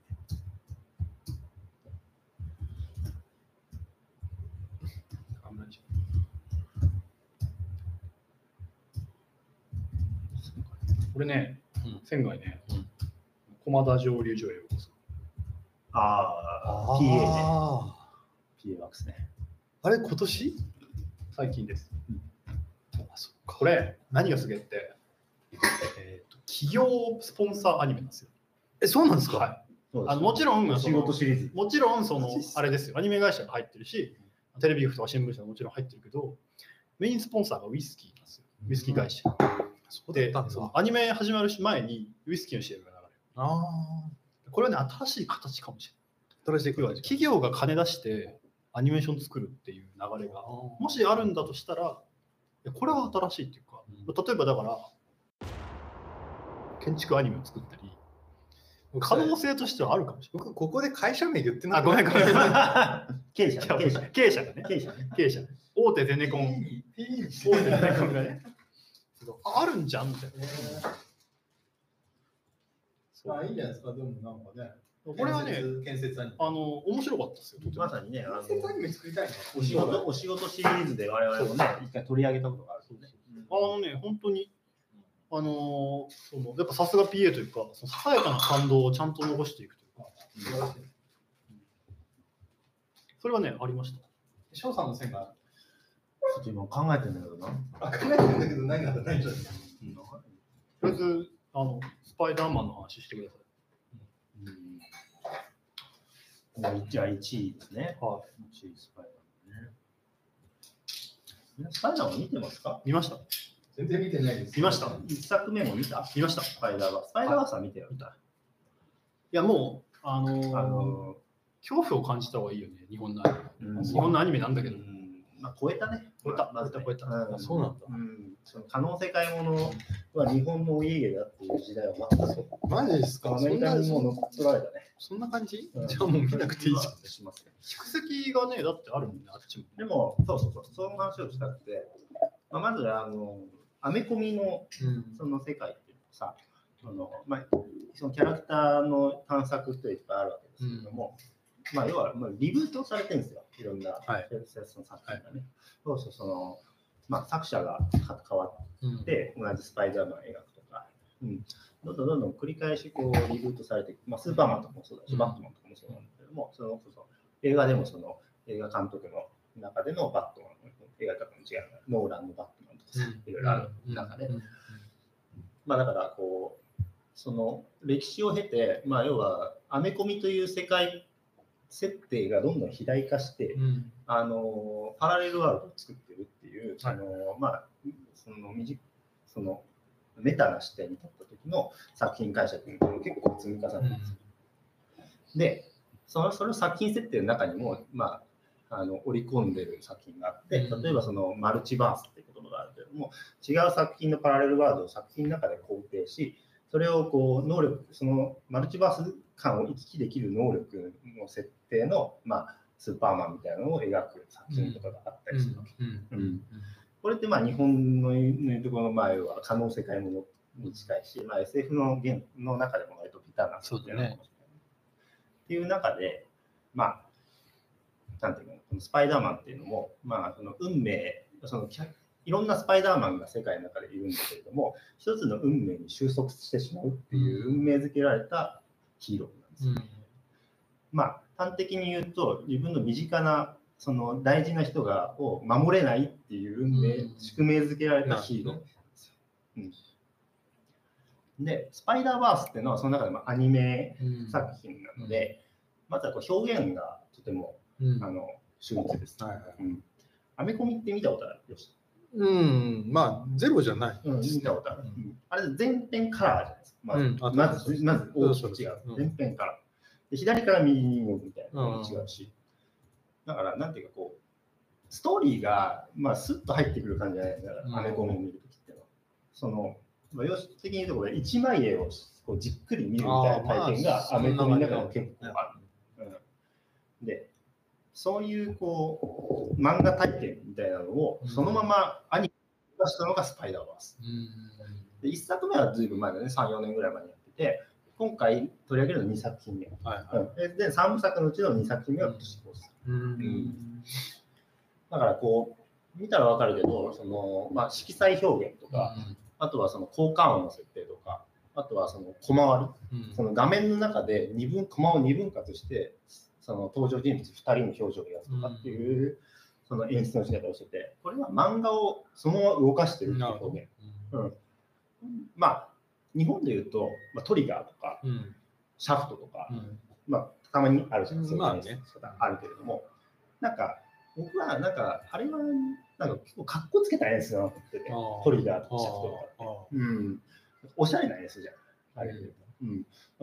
これね、仙外ね、うん、駒田蒸留所へようこそ。 ああ、ピーエー ね。ピーエー ワークスね。 あれ、今年？ 最近です。うん、 あ、そっか。 これ、何がすげえって、えーと、企業スポンサーアニメなんですよ。 え、そうなんですか？ はい。あのもちろん、 仕事シリーズ。 もちろん、その、あれですよ、アニメ会社が入ってるし、テレビ局とか新聞社ももちろん入ってるけど、メインスポンサーがウイスキーなんですよ。ウイスキー会社。うん、でアニメ始まる前にウイスキーの シーエム が流れる。 あこれはね、新しい形かもしれない。 新しい要は企業が金出してアニメーション作るっていう流れがもしあるんだとしたら、これは新しいっていうか、例えばだから建築アニメを作ったり、可能性としてはあるかもしれない。 僕ここで会社名言ってない。 あ、ごめんごめん。 経営者ね、経営者経営者がね。 経営者ね。 経営者。大手ゼネコン。大手ゼネコンがね。ああるんじゃんみたいな。 あ、いいんじゃないですか。でもなんかね。 これはね、 建設アニメ。 あの面白かったですよ。 まさにね、あの建設アニメ作りたいの。 お仕事お仕事シリーズで我々もね、一回取り上げたことがあるんですね。 あのね、本当に。あのそのやっぱさすが ピーエー というか、そのささやかな感動をちゃんと残していくというか、それはね、ありました。 翔さんの線が、 ちょっと今考えてるんだけどな。 あ、考えてるんだけど、何がないんじゃないですか。 とりあえずあの、スパイダーマンの話してください。 うん、じゃあいちいですね。 はい。 いちいスパイダーマンね。スパイダーマン見てますか？ 見ました。 全然見てないです。 見ました。 いっさくめも見た？ 見ました。 スパイダーバース。スパイダーバースは見てよ。 見た。いや、もう、あのーあの恐怖を感じた方がいいよね、日本のアニメ。 うん日本のアニメなんだけど。 うんまあ、超えたね。 超えた、 まずね超えた、超えた。 うんそうなんだ。 うんその可能世界ものは日本のお家芸だっていう時代は全くマジですか。 アメリカにもう乗っ取られたね。 そんな感じ、 うんじゃあもう見なくていいじゃん。 しますね蓄積がね、だってあるもんね、あっちも。 でも、そうそうそう、その話をしたくて、まあ、まずあの、アメコミのその世界っていうのはさ、あのまあ、そのキャラクターの探索っていっぱいあるわけですけども、うん、まあ、要は、まあ、リブートされてるんですよ、いろんなその作品がね。はい、そうそうそのまあ、作者が変わって、同じスパイダーマンを描くとか、うん、どんどんどんどん繰り返しこうリブートされていく、まあ、スーパーマンとかもそうだし、うん、バットマンとかもそうなんだけども、そのこそ映画でもその映画監督の中でのバットマンの描き方も違う、ノーランのバットマンとかさ、いろいろある中で、まあ、だからこう、その歴史を経て、まあ、要はアメコミという世界設定がどんどん肥大化して、うん、あのパラレルワールドを作ってるっていう、はい、そのまあそのそのメタな視点に立った時の作品解釈っていうのが結構積み重ねてるんですよ。うん、でそのそれを作品設定の中にも、まあ、あの織り込んでる作品があって、例えばそのマルチバースっていう言葉があるけれども、違う作品のパラレルワールドを作品の中で肯定し、それをこう能力、そのマルチバース感を行き来できる能力の設定の、まあ、スーパーマンみたいなのを描く作品とかがあったりするわけ。これってまあ日本のいうところの場合は可能世界ものに近いし、まあ、エスエフ の現の中でも割とビターな作品なのかもしれない。っていう中で、まあ、なんていうの、このスパイダーマンっていうのも、まあ、その運命、そのいろんなスパイダーマンが世界の中でいるんだけれども、一つの運命に収束してしまうっていう運命づけられたヒーローなんですよ。うん、まあ端的に言うと、自分の身近なその大事な人がを守れないっていう運命、うん、宿命づけられたヒーローなんですよ。うん、で、スパイダーバースっていうのはその中でもアニメ作品なので、うん、まずはこう表現がとても、うん、あの秀逸です。はいはい、うん。アメコミって見たことある？よし。 うん、まあゼロじゃない、 うん、見たことある。うん、あれ全編カラーじゃないですか。まず、うん、まず、まず大きく違う。全編カラー。で左から右に動くみたいなのも違うし。だから、なんていうかこう、ストーリーが、まあ、スッと入ってくる感じじゃないですか、アメコミを見るときっていうのは。その、まあ、様式的に言うところで一枚絵をこうじっくり見るみたいな体験がアメコミの中でも結構ある。うん、で、そういうこう漫画体験みたいなのをそのままアニメ出したのがスパイダーバース。でいっさくめはずいぶん前だね、さん、よねんぐらい前にやってて、今回取り上げるのにさく品目。はいはい、でさんさくのうちのにさく品目は今年放送。だからこう見たら分かるけど、その、まあ、色彩表現とか、うん、あとはその効果音の設定とか、あとはその小回り、うん、その画面の中で二分コマを二分割してその登場人物ふたりの表情を描くとかっていう、うん、その演出の仕方をしてて、これは漫画をそのまま動かしてるっていう表現。うんうん、まあ日本でいうと、まあ、トリガーとか、うん、シャフトとか、うん、まあたまにあるじゃないですか、まあね、あるけれども、なんか僕はなんかあれはなんか結構かっこつけた演出だなと思ってて、トリガーとかシャフトとかって、うん、おしゃれな演出じゃん、あれ、 うん、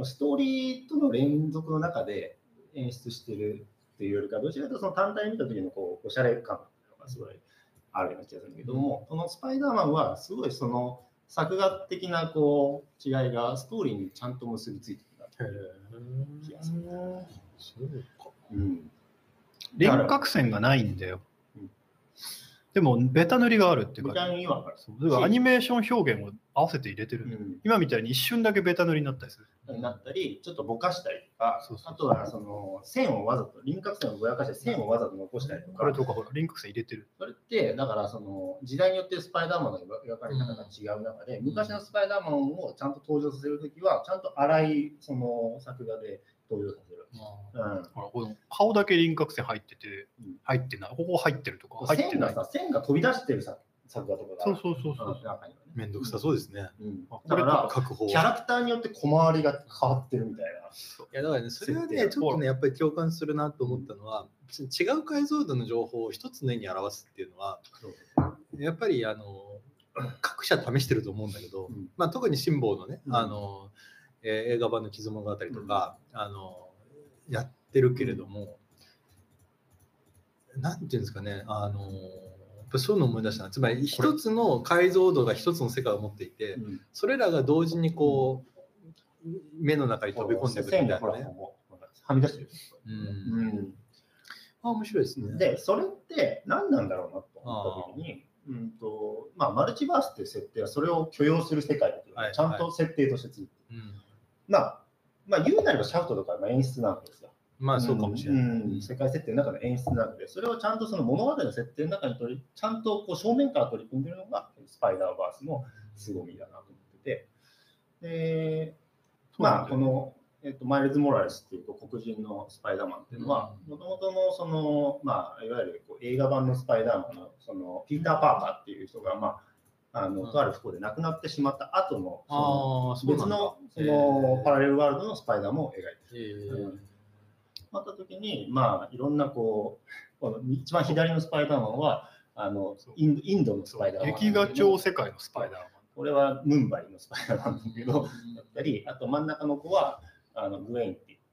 ストーリーとの連続の中で演出してるっていうよりか、どちらかというとその単体見た時のこうおしゃれ感がすごいあるような気がするんだけども、うん、このスパイダーマンはすごいその作画的なこう違いがストーリーにちゃんと結びついてる気がする。 そうか。 うん。輪郭線がないんだよ。でもベタ塗りがあるっていうか、 ベタ塗りはある。 そうだからアニメーション表現を合わせて入れてる、うん、今みたいに一瞬だけベタ塗りになったりする。 になったり、ちょっとぼかしたりとか、そうそうそう、あとはその線をわざと、輪郭線をぼやかして線をわざと残したりとか。 これとかほら、輪郭線入れてる。 それって、だからその時代によってスパイダーマンの描かれ方が違う中で、うん、昔のスパイダーマンをちゃんと登場させるときは、ちゃんと粗いその作画で登場させる。 うん、ほらこの顔だけ輪郭線入ってて、入ってない、ここ入ってるとか、入ってない。 線がさ、線が飛び出してるさ。作画とかがそうそうそうそう。 めんどくさそうですね。 うん、だからキャラクターによって小回りが変わってるみたいな。いやだからね、それはね、ちょっとね、やっぱり共感するなと思ったのは、違う解像度の情報を一つの絵に表すっていうのは、やっぱりあの各社試してると思うんだけど、うん、まあ、特に辛坊のね、うん、あのえー、映画版の傷物語とか、うん、あのやってるけれども、うん、なんていうんですかね、あのそういうのを思い出した。つまり一つの解像度が一つの世界を持っていて、うん、それらが同時にこう、うん、目の中に飛び込んでくるみたいなね。 はみ出してる。 うんうん、あ、面白いですね。 で、それって何なんだろうなと思った時に、うんとまあ、マルチバースっていう設定はそれを許容する世界だけど、はい、ちゃんと設定としてついてる。はい、まあ、まあ、言うなればシャウトとかの演出なんですよ。 まあそうかもしれない、 うんうん、世界設定の中の演出なので、それをちゃんとその物語の設定の中に取り、ちゃんとこう正面から取り組んでいるのがスパイダーバースの凄みだなと思ってて、で、まあこの、えっと、マイルズ・モラレスっていう黒人のスパイダーマンっていうのは、もともとのその、まあ、いわゆるこう映画版のスパイダーマンのそのピーター・パーカーっていう人が、まあ、あのとある不幸で亡くなってしまった後の、その別のそのパラレルワールドのスパイダーマンを描いている。うんあった時に、まあ、いろんなこう、この一番左のスパイダーマンはあのインド、インドのスパイダーマン。 壁画調世界のスパイダーマン。 これはムンバイのスパイダーマンだけど、だったり、あと真ん中の子はあのグエインって言って、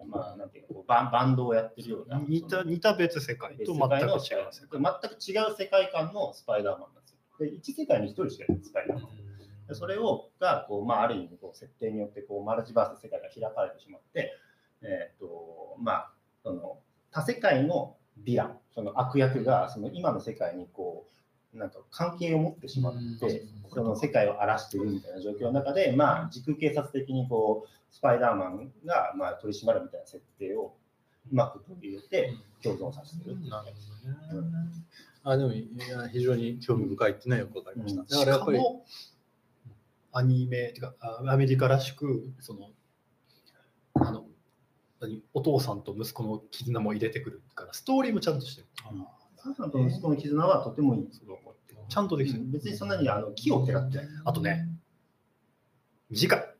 まあ、なんていうかこうバン、バンドをやってるような。 似た、似た別世界と全く違う世界。 全く違う世界観のスパイダーマンなんですよ。で、一世界に一人しかいないスパイダーマン。でそれをがこう、まあ、ある意味こう設定によってこうマルチバースの世界が開かれてしまって、えーとまあ、その他世界のヴィラン、その悪役がその今の世界にこうなんか関係を持ってしまって、その世界を荒らしているみたいな状況の中で、まあ、時空警察的にこうスパイダーマンがまあ取り締まるみたいな設定をうまく取り入れて共存させている。なるほどね。 うん、あでもいや非常に興味深いっていうのはよくわかりました。うん、だからやっぱりアニメっていうかアメリカらしくそのあのお父さんと息子の絆も入れてくるからストーリーもちゃんとしてる。 お父さんと息子の絆はとてもいいですよ。 ちゃんとできてる。 別にそんなにあの木をてらってない。 あとね、短い。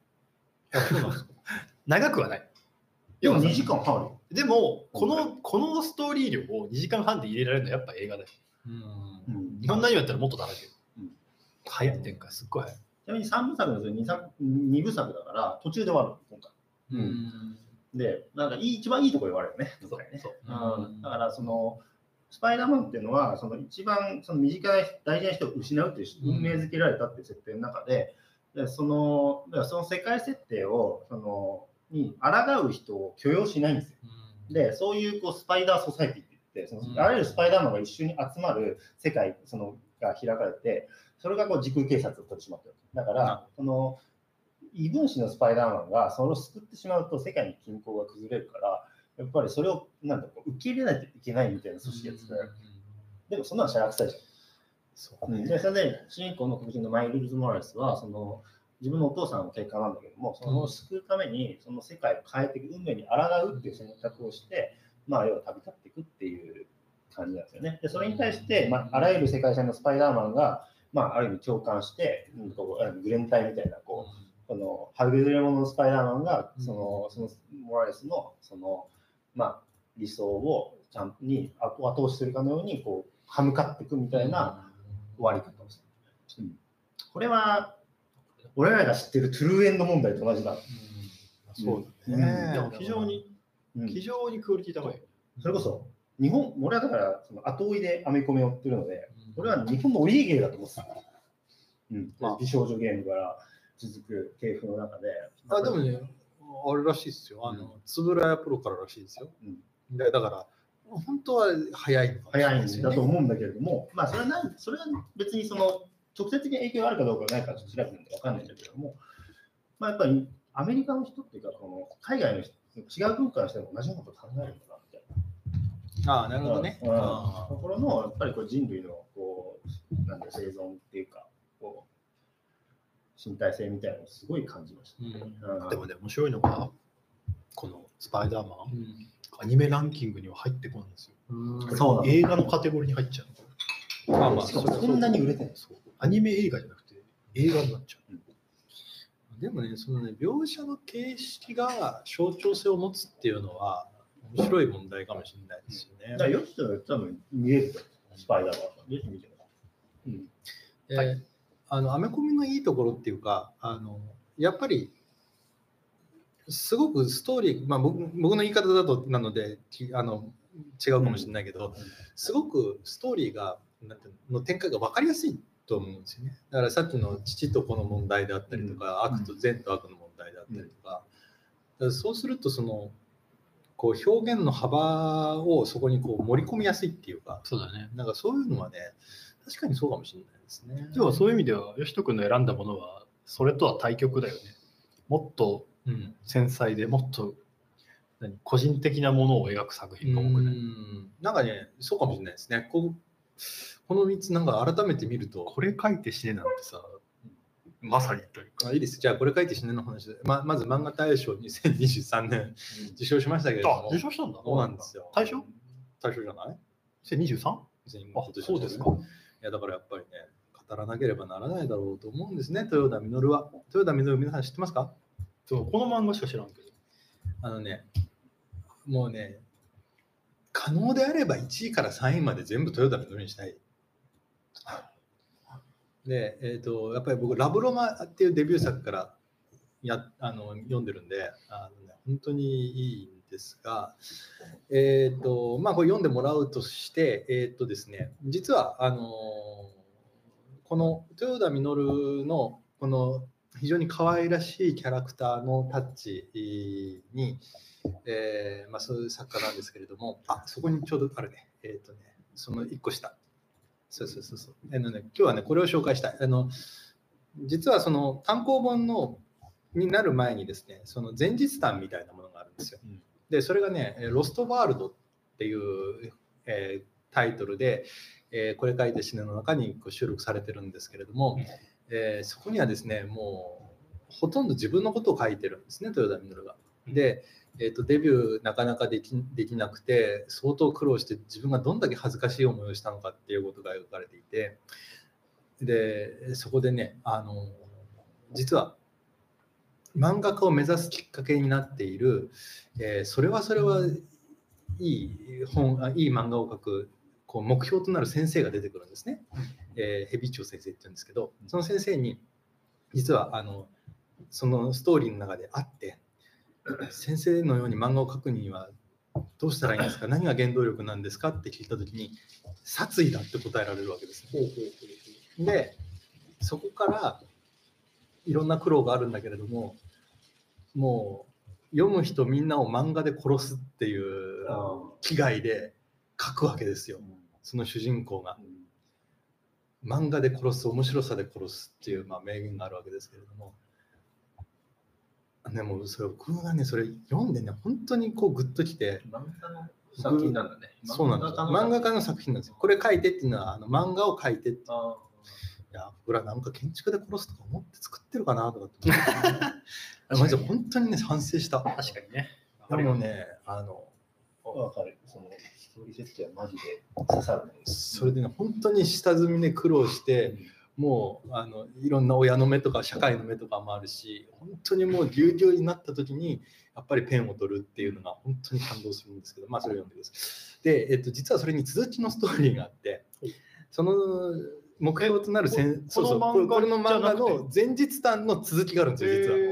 長くはない。 でもにじかんはんある。 でもこのこのストーリー量をにじかんはんで入れられるのはやっぱ映画だよ。うん、日本のアニメだったらもっとだらける。うん、早い展開すっごい早い。ちなみにさんぶさくのうちにぶさくだから途中で終わる今回。うんで、なんかいい一番いいところ言われるね。そうねそううん、だからそのスパイダーマンっていうのはその一番その身近な大事な人を失うという運命づけられたっていう設定の中で、でそのその世界設定をそのに抗う人を許容しないんですよ。で、そういうこうスパイダーソサイティって言って、そのあらゆるスパイダーマンが一緒に集まる世界そのが開かれて、それがこう時空警察を取り締まってる。だから、その異分子のスパイダーマンがそれを救ってしまうと世界の均衡が崩れるから、やっぱりそれをなんだろう受け入れないといけないみたいな組織が作られる。でもそんなのしゃらくさいじゃん。そうね、でそれで主人公の黒人のマイルズ・モラレスはその自分のお父さんの結果なんだけども、その救うためにその世界を変えていく運命に抗うっていう選択をして、まあ、要は旅立っていくっていう感じなんですよね。でそれに対して、まあ、あらゆる世界線のスパイダーマンが、まあ、ある意味共感して、うん、こうグレン隊みたいなこうこのはぐれ者のスパイダーマンがそのそのモラレスのその、まあ、理想をちゃんとに後押しするかのようにこう歯向かっていくみたいな終わり方をする。うん、これは俺らが知ってるトゥルーエンド問題と同じだ。うんそうだね。 ね。 でも非常に、 うん、 非常にクオリティ高い。 それこそ日本、俺はだからその後追いでアメコミを追ってるので、俺は日本のお家芸だと思ってた。うん、まあ、美少女ゲームから続く系譜の中で。 あ、でもね、あれらしいですよ。あの、つぶらやプロかららしいですよ。うん、だから、本当は早い、 ね、早いんだと思うんだけれども、まあ、それはない、それは別にその直接的な影響があるかどうかないかちょっと調べるんで分かんないんだけども、まあ、やっぱりアメリカの人っていうか、この海外の人、違う文化の人も同じようなこと考えるんだなみたいな。 ああ、なるほどね。 うん、ところのやっぱりこう人類のこうなんだ生存っていうか、こう身体性みたいなのをすごい感じました、ね。 うん、でもね、面白いのが、このスパイダーマン、うん、アニメランキングには入ってこないんですよ。うん、そう映画のカテゴリーに入っちゃう。 まあまあ、しかもそんなに売れてない。 アニメ映画じゃなくて映画になっちゃう。 うん、でもね、そのね、描写の形式が象徴性を持つっていうのは面白い問題かもしれないですよね。 だからよしと多分見えるスパイダーマン。よし見てる。 うん。えーはい、あのアメコミのいいところっていうか、あのやっぱりすごくストーリー、まあ、僕, 僕の言い方だとなのであの違うかもしれないけど、うん、すごくストーリーがなんていうの展開が分かりやすいと思うんですよね。だからさっきの父と子の問題であったりとか、うん、悪と善と悪の問題であったりとか、うん、だからそうするとそのこう表現の幅をそこにこう盛り込みやすいっていうか、 そうだね。 なんかそういうのはね、確かにそうかもしれないですね。 でもそういう意味では、よしとくんの選んだものはそれとは対極だよね。もっと繊細で、もっと何個人的なものを描く作品が多くない？ うん、なんかね、そうかもしれないですね。こうこのみっつなんか改めて見ると、 これ書いて死ねなんてさ、まさにというか。 あ、いいです。じゃあこれ書いて死ねの話で、ままず漫画大賞にせんにじゅうさんねん受賞しましたけれども、 受賞したんだ。 そうなんですよ。 大賞？ 大賞じゃない？ にせんにじゅうさん？ あ、そうですか。いやだからやっぱりね、語らなければならないだろうと思うんですね。豊田稔は。豊田稔、皆さん知ってますか？ そう、この漫画しか知らんけど。 あのね、もうね、可能であればいちいからさんいまで全部豊田稔にしたい。で、えーと、やっぱり僕、ラブロマっていうデビュー作からやあの読んでるんで、あの、ね、本当にいいんですが、えーとまあ、これ読んでもらうとして、えーとですね、実はあのこの豊田稔のこの非常に可愛らしいキャラクターのタッチに、えーまあ、そういう作家なんですけれども、あ、そこにちょうどあるね、えーとね、そのいっこ下。そうそうそうそう。あのね、今日はね、これを紹介したい。あの実はその単行本のになる前にですね、その前日談みたいなものがあるんですよ。うん、で、それがね、ロストワールドっていう、えー、タイトルで、えー、これ書いて死ねの中にこう収録されてるんですけれども、うん、えー、そこにはですね、もうほとんど自分のことを書いてるんですね、豊田稔が。で、えーと、デビューなかなかでき、できなくて相当苦労して自分がどんだけ恥ずかしい思いをしたのかっていうことが描かれていて、でそこでね、あの実は漫画家を目指すきっかけになっている、えー、それはそれはいい本、いい漫画を描くこう目標となる先生が出てくるんですね。えー、ヘビチョウ先生って言うんですけど、その先生に実はあのそのストーリーの中であって、先生のように漫画を描くにはどうしたらいいんですか、何が原動力なんですかって聞いたときに、殺意だって答えられるわけですね。で、そこからいろんな苦労があるんだけれども、もう読む人みんなを漫画で殺すっていう気概で描くわけですよ、その主人公が。漫画で殺す、面白さで殺すっていう、まあ、名言があるわけですけれども、でもそれ僕がね、それ読んでね、本当にこうグッときて、 漫画の作品なんだね。 そうなんです。漫画家の作品なんですよ。これ書いてっていうのはあの漫画を書いてって。あ、いや、僕らなんか建築で殺すとか思って作ってるかなとかって思ってマジで本当にね、反省した。 確かにね。 でもね、あのわかる。そのストーリー設定はマジで刺さるね。 それでね、本当に下積みで苦労して、うん、もうあのいろんな親の目とか社会の目とかもあるし、本当にもうぎゅうぎゅうになった時にやっぱりペンを取るっていうのが本当に感動するんですけど、まあそれを読んでください。で、えっと、実はそれに続きのストーリーがあって、その目標となるせんそうそうこれの漫画の前日談の続きがあるんですよ、実は。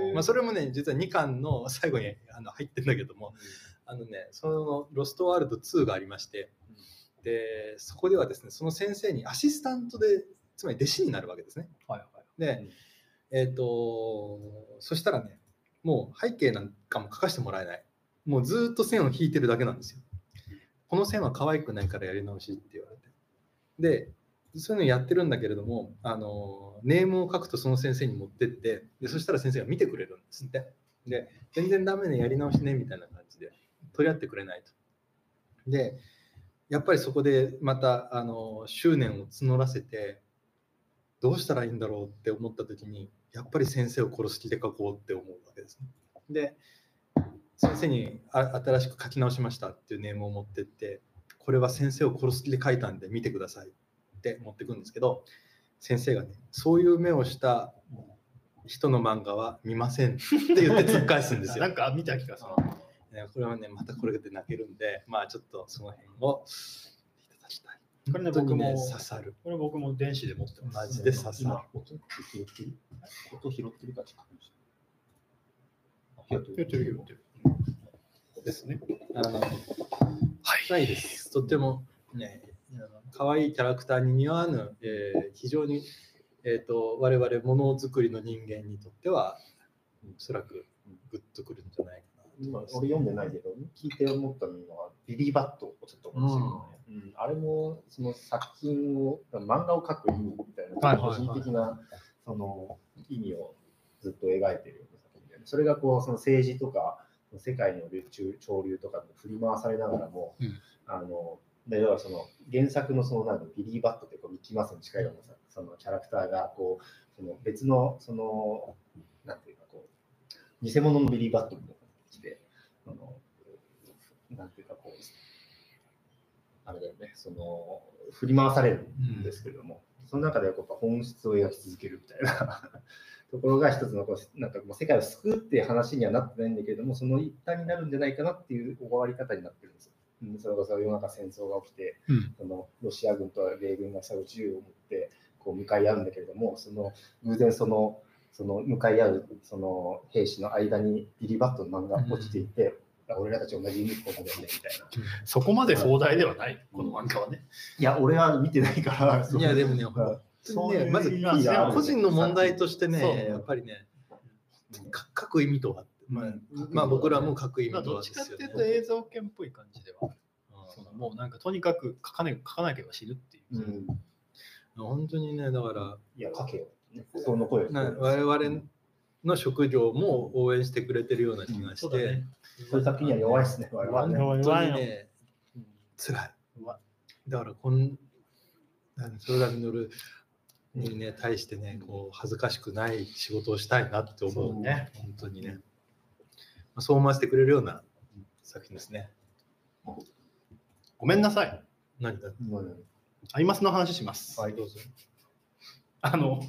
まあ、それもね実はにかんの最後にあの入ってるんだけども、あのねそのロストワールドツーがありまして、でそこではですねその先生にアシスタントでつまり弟子になるわけですね。はいはい、で、えーとそしたらねもう背景なんかも書かせてもらえない、もうずっと線を引いてるだけなんですよ。この線は可愛くないからやり直しって言われて、でそういうのやってるんだけれども、あのネームを書くとその先生に持ってって、でそしたら先生が見てくれるんですって。で全然ダメねやり直しねみたいな感じで取り合ってくれないと。でやっぱりそこでまたあの執念を募らせてどうしたらいいんだろうって思った時にやっぱり先生を殺す気で書こうって思うわけですね。で先生に新しく書き直しましたっていうネームを持ってって、これは先生を殺す気で書いたんで見てくださいって持ってくんですけど、先生がねそういう目をした人の漫画は見ませんって言って突っ返すんですよ。 なんか見た気がする。 これはねまたこれで泣けるんで、まあちょっとその辺をいただきたい。 これね僕も刺さる。 これ僕も電子で持ってます。 マジで刺さる。 音拾ってる？音拾ってるかちょっと拾ってる拾ってるですね。 あのはいです。とってもね可愛いキャラクターに似合わぬ、えー、非常にえっ、ー、と我々ものづくりの人間にとってはおそらくグッとくるんじゃないかな。 今俺読んでないけど聞いて思ったのはビリー・バットをちょっと思うんですけどね、うんうん、あれもその作品を漫画を描く意味みたいな個人的なその意味をずっと描いてるような作品で、それがこうその政治とか世界の潮流とかに振り回されながらも、うん、あので要はその原作のそのなんかビリー・バットってこうミッキーマウスに近いようなそのキャラクターがこうその別のそのなんていうかこう偽物のビリー・バットみたいな感じであのなんていうかこうあれだよねその振り回されるんですけれども、うん、その中でやっぱ本質を描き続けるみたいなところが一つのこうなんかもう世界を救うっていう話にはなってないんだけれども、その一端になるんじゃないかなっていう終わり方になってるんですよ。それこそ世の中戦争が起きて、うん、そのロシア軍と米軍が銃を持ってこう向かい合うんだけれども、その偶然そのその向かい合うその兵士の間にビリー・バットの漫画が落ちていて、うん、俺らたち同じユニフォームだよねみたいな、うん、 そこまで壮大ではない、うん、この漫画はね。 いや俺は見てないから。 いやでもね、そうね、まず個人の問題としてね、やっぱりね書く意味とは、まあ、まあ僕らも書く意味とはですよね。 どっちかっていうと映像権っぽい感じでは、そのもうなんかとにかく書かな書かなければ死ぬっていう、うん、 本当にねだからいや書けよその声我々の職業も応援してくれてるような気がして、うん、そうね、 そういう作品には弱いですね。我々ね本当にね辛い。だからこんそれが実るにね対してねこう恥ずかしくない仕事をしたいなって思うね、本当にね、まあ、そう思わせてくれるような作品ですね。 ごめんなさい。 何だ。 アイマスの話します。 はいどうぞ。 あの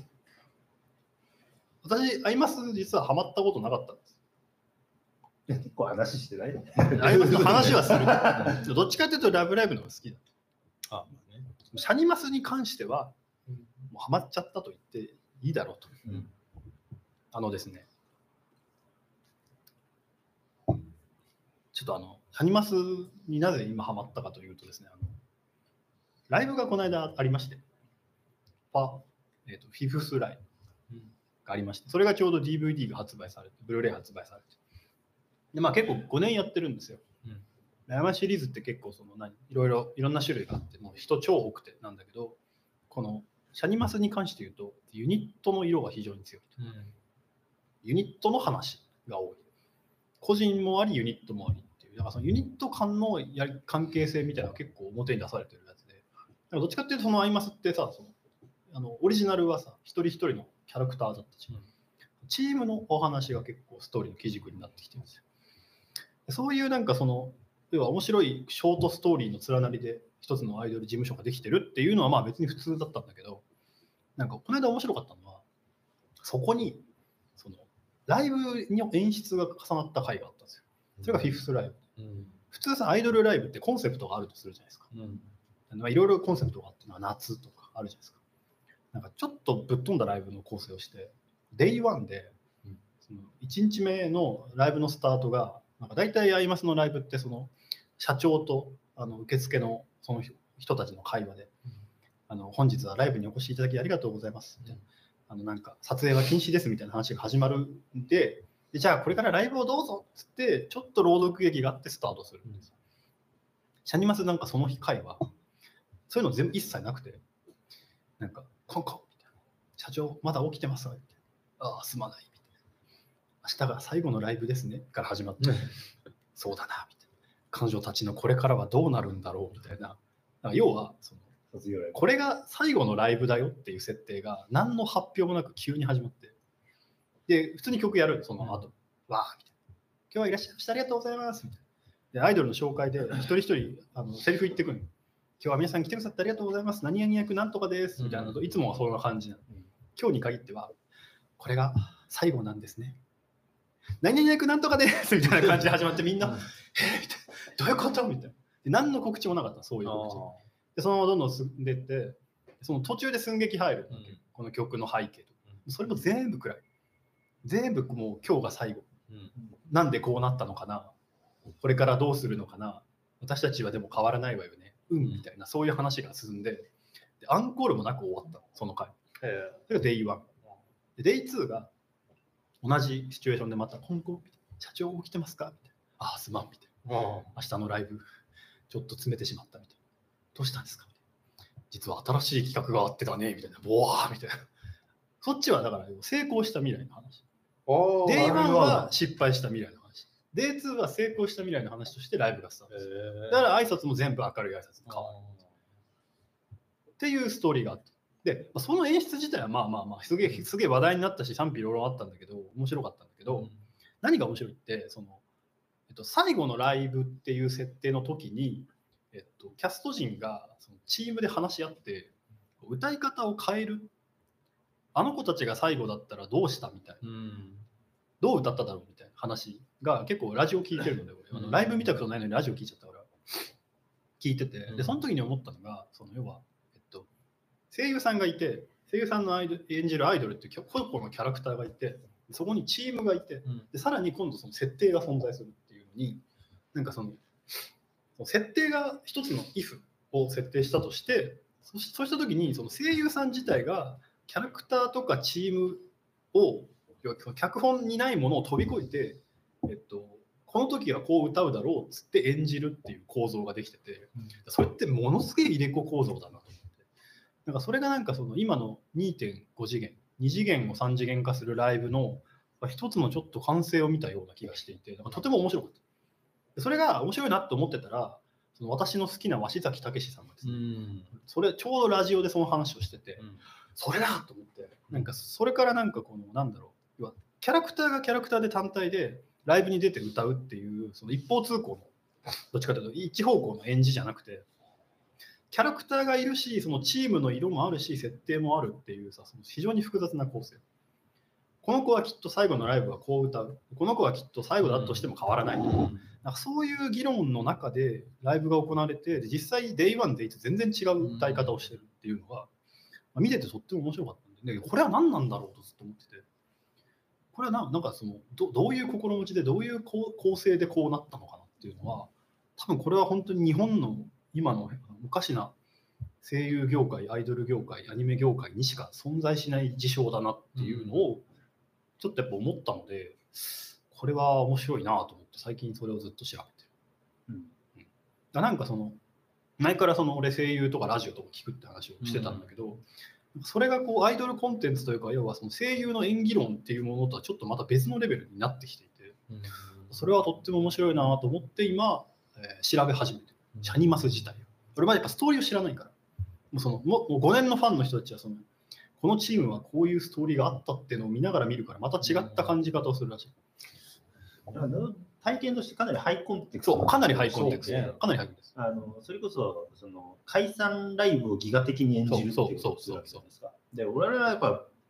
私アイマス実はハマったことなかったんです。 結構話してないね。 アイマスの話はする。どっちかというとラブライブの方が好きだ。あ、ね、シャニマスに関してはもうハマっちゃったと言っていいだろうと、うん、あのですねちょっとあのシャニマスになぜ今ハマったかというとですね、あのライブがこの間ありましてパ、えーと、フィフスライブがありまして、それがちょうど ディーブイディー が発売されてブルーレイ発売されてで、まあ、結構ごねんやってるんですよ。アイマスシリーズって結構その何いろいろいろんな種類があってもう人超多くてなんだけど、このシャニマスに関して言うとユニットの色が非常に強い、うん、ユニットの話が多い、個人もありユニットもありっていう、だからそのユニット間のやり関係性みたいなのが結構表に出されてるやつで、だからどっちかっていうとそのアイマスってさそのあのオリジナルはさ一人一人のキャラクターだったし、うん、チームのお話が結構ストーリーの基軸になってきてるんですよ。そういうなんかその要は面白いショートストーリーの連なりで一つのアイドル事務所ができてるっていうのはまあ別に普通だったんだけど、なんかこの間面白かったのはそこにそのライブの演出が重なった回があったんですよ。それがフィフスライブ、うん、普通さアイドルライブってコンセプトがあるとするじゃないですか、うん、いろいろコンセプトがあってのは夏とかあるじゃないですか。なんかちょっとぶっ飛んだライブの構成をしてデイワンでそのいちにちめのライブのスタートがなんか大体アイマスのライブってその社長とあの受付のその人たちの会話で、うん、あの本日はライブにお越しいただきありがとうございますみたいな、あのなんか撮影は禁止ですみたいな話が始まるんで、でじゃあこれからライブをどうぞっつってちょっと朗読劇があってスタートするんです。シャニマスなんかその日会はそういうの全部一切なくて、なんかコンコンみたいな、社長まだ起きてますみたいな、ああすまないみたいな、明日が最後のライブですねから始まって、そうだなみたいな、彼女たちのこれからはどうなるんだろうみたいな、なんか要はそのこれが最後のライブだよっていう設定が何の発表もなく急に始まって、で普通に曲やるその後、うん、わーみたいな、今日はいらっしゃいましたありがとうございますみたいな、でアイドルの紹介で一人一人あのセリフ言ってくるの、今日は皆さん来てくださってありがとうございます、何々役なんとかですみたいなのと、いつもはそんな感じなの、うん、今日に限ってはこれが最後なんですね、何々役なんとかですみたいな感じで始まって、みんな、うん、えー、みたいな、どういうことみたいな、で何の告知もなかった、そういう告知で、そのままどんどん進んでいって、その途中で寸劇入る、うん、この曲の背景とか、それも全部暗い、全部もう今日が最後、うん、なんでこうなったのかな、これからどうするのかな、私たちはでも変わらないわよね、うんみたいな、そういう話が進んで、でアンコールもなく終わったの、その回。それがデイワン。でデイツーが同じシチュエーションでまたコンコンみたいな、社長起きてますかみたいな、ああすまんみたいな、明日のライブちょっと詰めてしまったみたいな、どうしたんですかみたいな、実は新しい企画があってたねみたいな、ボワーみたいな、そっちはだから成功した未来の話、デイワンは失敗した未来の話、デイツーは成功した未来の話としてライブがスタートする。だから挨拶も全部明るい挨拶に変わるっていうストーリーがあった。でその演出自体はまあまあまあすげえすげえ話題になったし、賛否両論あったんだけど面白かったんだけど、うん、何が面白いってその、えっと、最後のライブっていう設定の時に、えっと、キャスト陣がそのチームで話し合って歌い方を変える、あの子たちが最後だったらどうしたみたいな、うん、どう歌っただろうみたいな話が結構ラジオ聞いてるので、俺あのライブ見たことないのにラジオ聞いちゃったから聞いてて、でその時に思ったのが、その要は、えっと、声優さんがいて、声優さんのアイド演じるアイドルっていう個々のキャラクターがいて、そこにチームがいて、でさらに今度その設定が存在するっていうのに、なんかその設定が一つの イフ を設定したとして、そしそうした時にその声優さん自体がキャラクターとかチームを脚本にないものを飛び越えて、えっと、この時はこう歌うだろうっつって演じるっていう構造ができてて、それってものすげえ入れ子構造だなと思って、なんかそれがなんかその今の にてんご 次元に次元をさん次元化するライブの一つのちょっと完成を見たような気がしていて、なんかとても面白かった。それが面白いなって思ってたら、その私の好きな鷲崎武さんがですね、うん、それちょうどラジオでその話をしてて、うん、それだと思って、なんかそれからなんかこのなんだろう、要はキャラクターがキャラクターで単体でライブに出て歌うっていうその一方通行のどっちかというと一方向の演じじゃなくて、キャラクターがいるし、そのチームの色もあるし設定もあるっていうさ、その非常に複雑な構成。この子はきっと最後のライブはこう歌う、この子はきっと最後だとしても変わらない、うん、なんかそういう議論の中でライブが行われて、で実際デイワンデイツー全然違う歌い方をしてるっていうのが、まあ、見ててとっても面白かったんで、ね、これは何なんだろうとずっと思ってて、これは な, なんかその ど, どういう心持ちでどういう構成でこうなったのかなっていうのは、多分これは本当に日本の今のおかしな声優業界、アイドル業界、アニメ業界にしか存在しない事象だなっていうのをちょっとやっぱ思ったので、これは面白いなと思って最近それをずっと調べてる、うんうん、だなんかその前からその俺声優とかラジオとか聞くって話をしてたんだけど、うん、それがこうアイドルコンテンツというか、要はその声優の演技論っていうものとはちょっとまた別のレベルになってきていて、うん、それはとっても面白いなと思って今、えー、調べ始めてる、シャニマス自体を。俺はやっぱストーリーを知らないから、もうそのもうごねんのファンの人たちはそのこのチームはこういうストーリーがあったっていうのを見ながら見るから、また違った感じ方をするらしい。 体験としてかなりハイコンテクスト。そう、かなりハイコンテクスト。ね、かなりハイコンテクスト。 あのそれこそ、その解散ライブをギガ的に演じるっていうことですか。で、俺らはやっぱ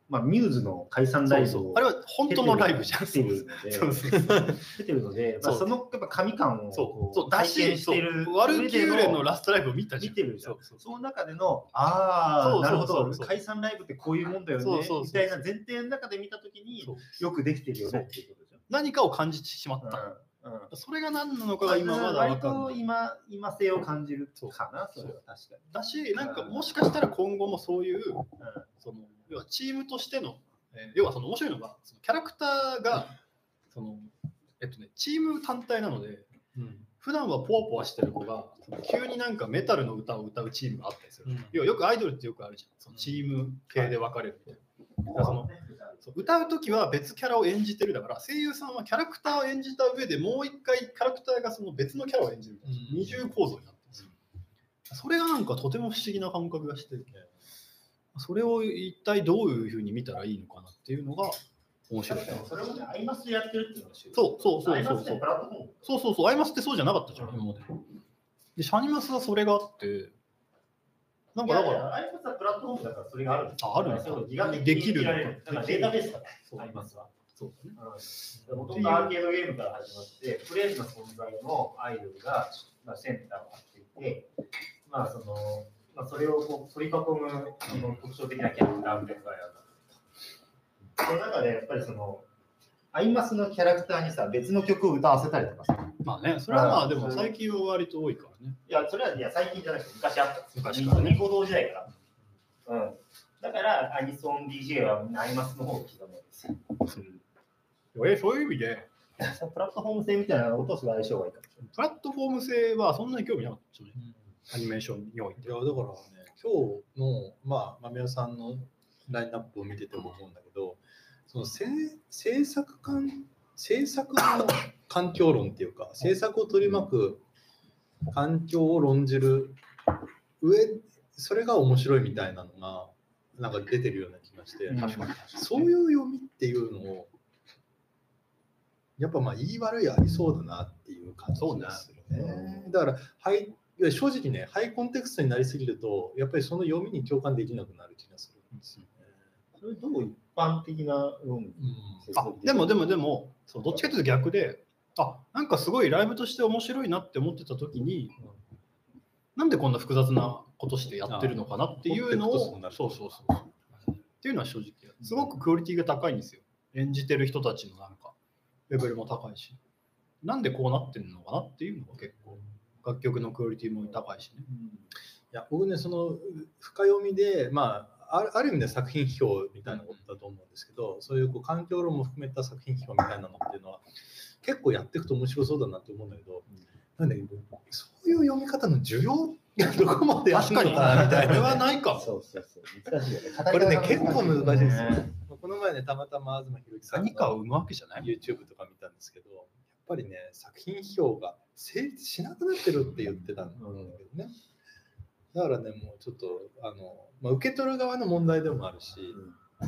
まあ、ミューズの解散ライブをそうそうあれは本当のライブじゃん。 出てるので、 そうそうそう出てるので、まあ、そのやっぱ神感をそうそうだ体し、 験してるワルキューレのラストライブを見たじゃん。 見てるじゃん。 そうそうその中での、ああ、なるほど、 そうそうそう解散ライブってこういうもんだよね、 そうそうそうみたいな前提の中で見たときに、よくできてるよねっていうことでしょ。 何かを感じてしまった。 うんうん、 それが何なのかが今まだ分かんない。 今、今性を感じるかな、それは確かに。 だし、なんかもしかしたら今後もそういう、うん、その要はチームとしての、えー、要はその面白いのが、そのキャラクターが、そのえっとね、チーム単体なので、うん、普段はポワポワしてる子が、急になんかメタルの歌を歌うチームがあったりする。うん、要はよくアイドルってよくあるじゃん。そのチーム系で分かれるみたいな。だからそのそう歌うときは別キャラを演じてるだから声優さんはキャラクターを演じた上でもう一回キャラクターがその別のキャラを演じるみたいな、うん、二重構造になってるんですよ。それがなんかとても不思議な感覚がして、それを一体どういうふうに見たらいいのかなっていうのが面白い。 それもね、アイマスでやってるっていうのがそうそうそうそうそうそうそうそうアイマスってそうじゃなかったじゃん今まで。でシャニマスはそれがあって。 なんかだから、アイマスはプラットフォームだからそれがあるんですよ。 あ、あるんですできる。だからデータベースだから、アイマスは。そうだね。もともとアーケードゲームから始まって、プレイの存在のアイドルが、まあ、センターを張っていて、まあその、まあ、それをこう取り囲むその特徴的なキャラクターみたいなのがある。その中でやっぱりその、アイマスのキャラクターにさ、別の曲を歌わせたりとかさ。 まあね、それはまあでも最近は割と多いからね。 いや、それはいや最近じゃなくて昔あった。 昔からね。 ニコ動時代から。うん。だからアニソン ディージェー はアイマスの方を刻むんですよ。 うん、え、そういう意味で、 プラットフォーム性みたいなのとすごい相性がいいかもしれない。 プラットフォーム性はそんなに興味なかったですよね。うん、アニメーションにおいて。 いや、だからね、今日の、まあ、豆屋さんのラインナップを見てても思うんだけど、その制作環制作の環境論っていうか制作を取り巻く環境を論じる上それが面白いみたいなのがなんか出てるような気がして、確かにそういう読みっていうのをやっぱまあ言い悪いありそうだなっていう感じですよね。だからはい正直ねハイコンテクストになりすぎるとやっぱりその読みに共感できなくなる気がするんですよね。 それどう一般的な論理、 うん、あでもでもでもそうどっちかというと逆であなんかすごいライブとして面白いなって思ってた時に、うん、なんでこんな複雑なことしてやってるのかなっていうのをそうそうそうっていうのは正直すごくクオリティが高いんですよ。演じてる人たちのなんかレベルも高いしなんでこうなってるのかなっていうのが結構楽曲のクオリティも高いしね。 うん、いや僕ねその深読みでまあある意味で作品批評みたいなことだと思うんですけど、そういうこう環境論も含めた作品批評みたいなのっていうのは結構やっていくと面白そうだなって思うんだけど、なんだけどそういう読み方の需要がどこまであるのかなみたいな、ね、 これはないかも。 そうそうそう難しいよね。 これね結構難しいですよ。この前ねたまたま東博樹さんの何かを生むわけじゃない YouTube とか見たんですけど、やっぱりね作品批評が成立しなくなってるって言ってたんだけどね。だからねもうちょっとあの、まあ、受け取る側の問題でもあるし、うん、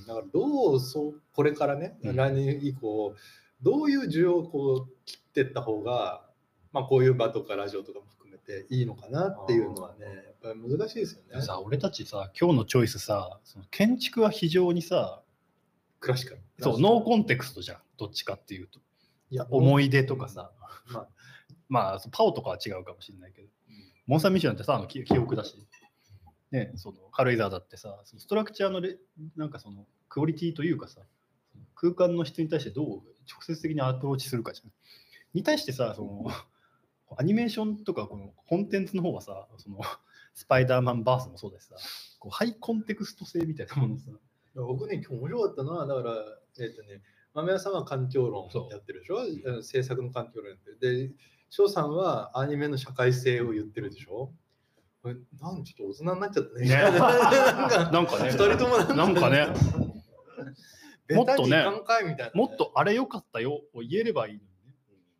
だからどうそうこれからね、うん、来年以降どういう需要をこう切っていった方が、まあ、こういう場とかラジオとかも含めていいのかなっていうのはねやっぱり難しいですよね。 さ俺たちさ今日のチョイスさその建築は非常にさクラシカルそうノーコンテクストじゃんどっちかっていうといや思い出とかさ、うん、まあ、まあパオとかは違うかもしれないけど、モンサンミシェルってさあの記憶だし、ね、その軽井沢だってさそのストラクチャーのレなんかそのクオリティというかさ空間の質に対してどう直接的にアプローチするかじゃんに対してさそのアニメーションとかこのコンテンツの方はさそのスパイダーマンバースもそうだしさこうハイコンテクスト性みたいなものさ僕ね今日面白かったのはだからえっとね豆屋さんは環境論やってるでしょ制作の環境論やってるで翔さんはアニメの社会性を言ってるでしょ。これなんちょっと大人になっちゃったね。ねなんかね、 二人ともなんかね、もっとね、 みたいなね、 もっとあれ良かったよを言えればいいのにね。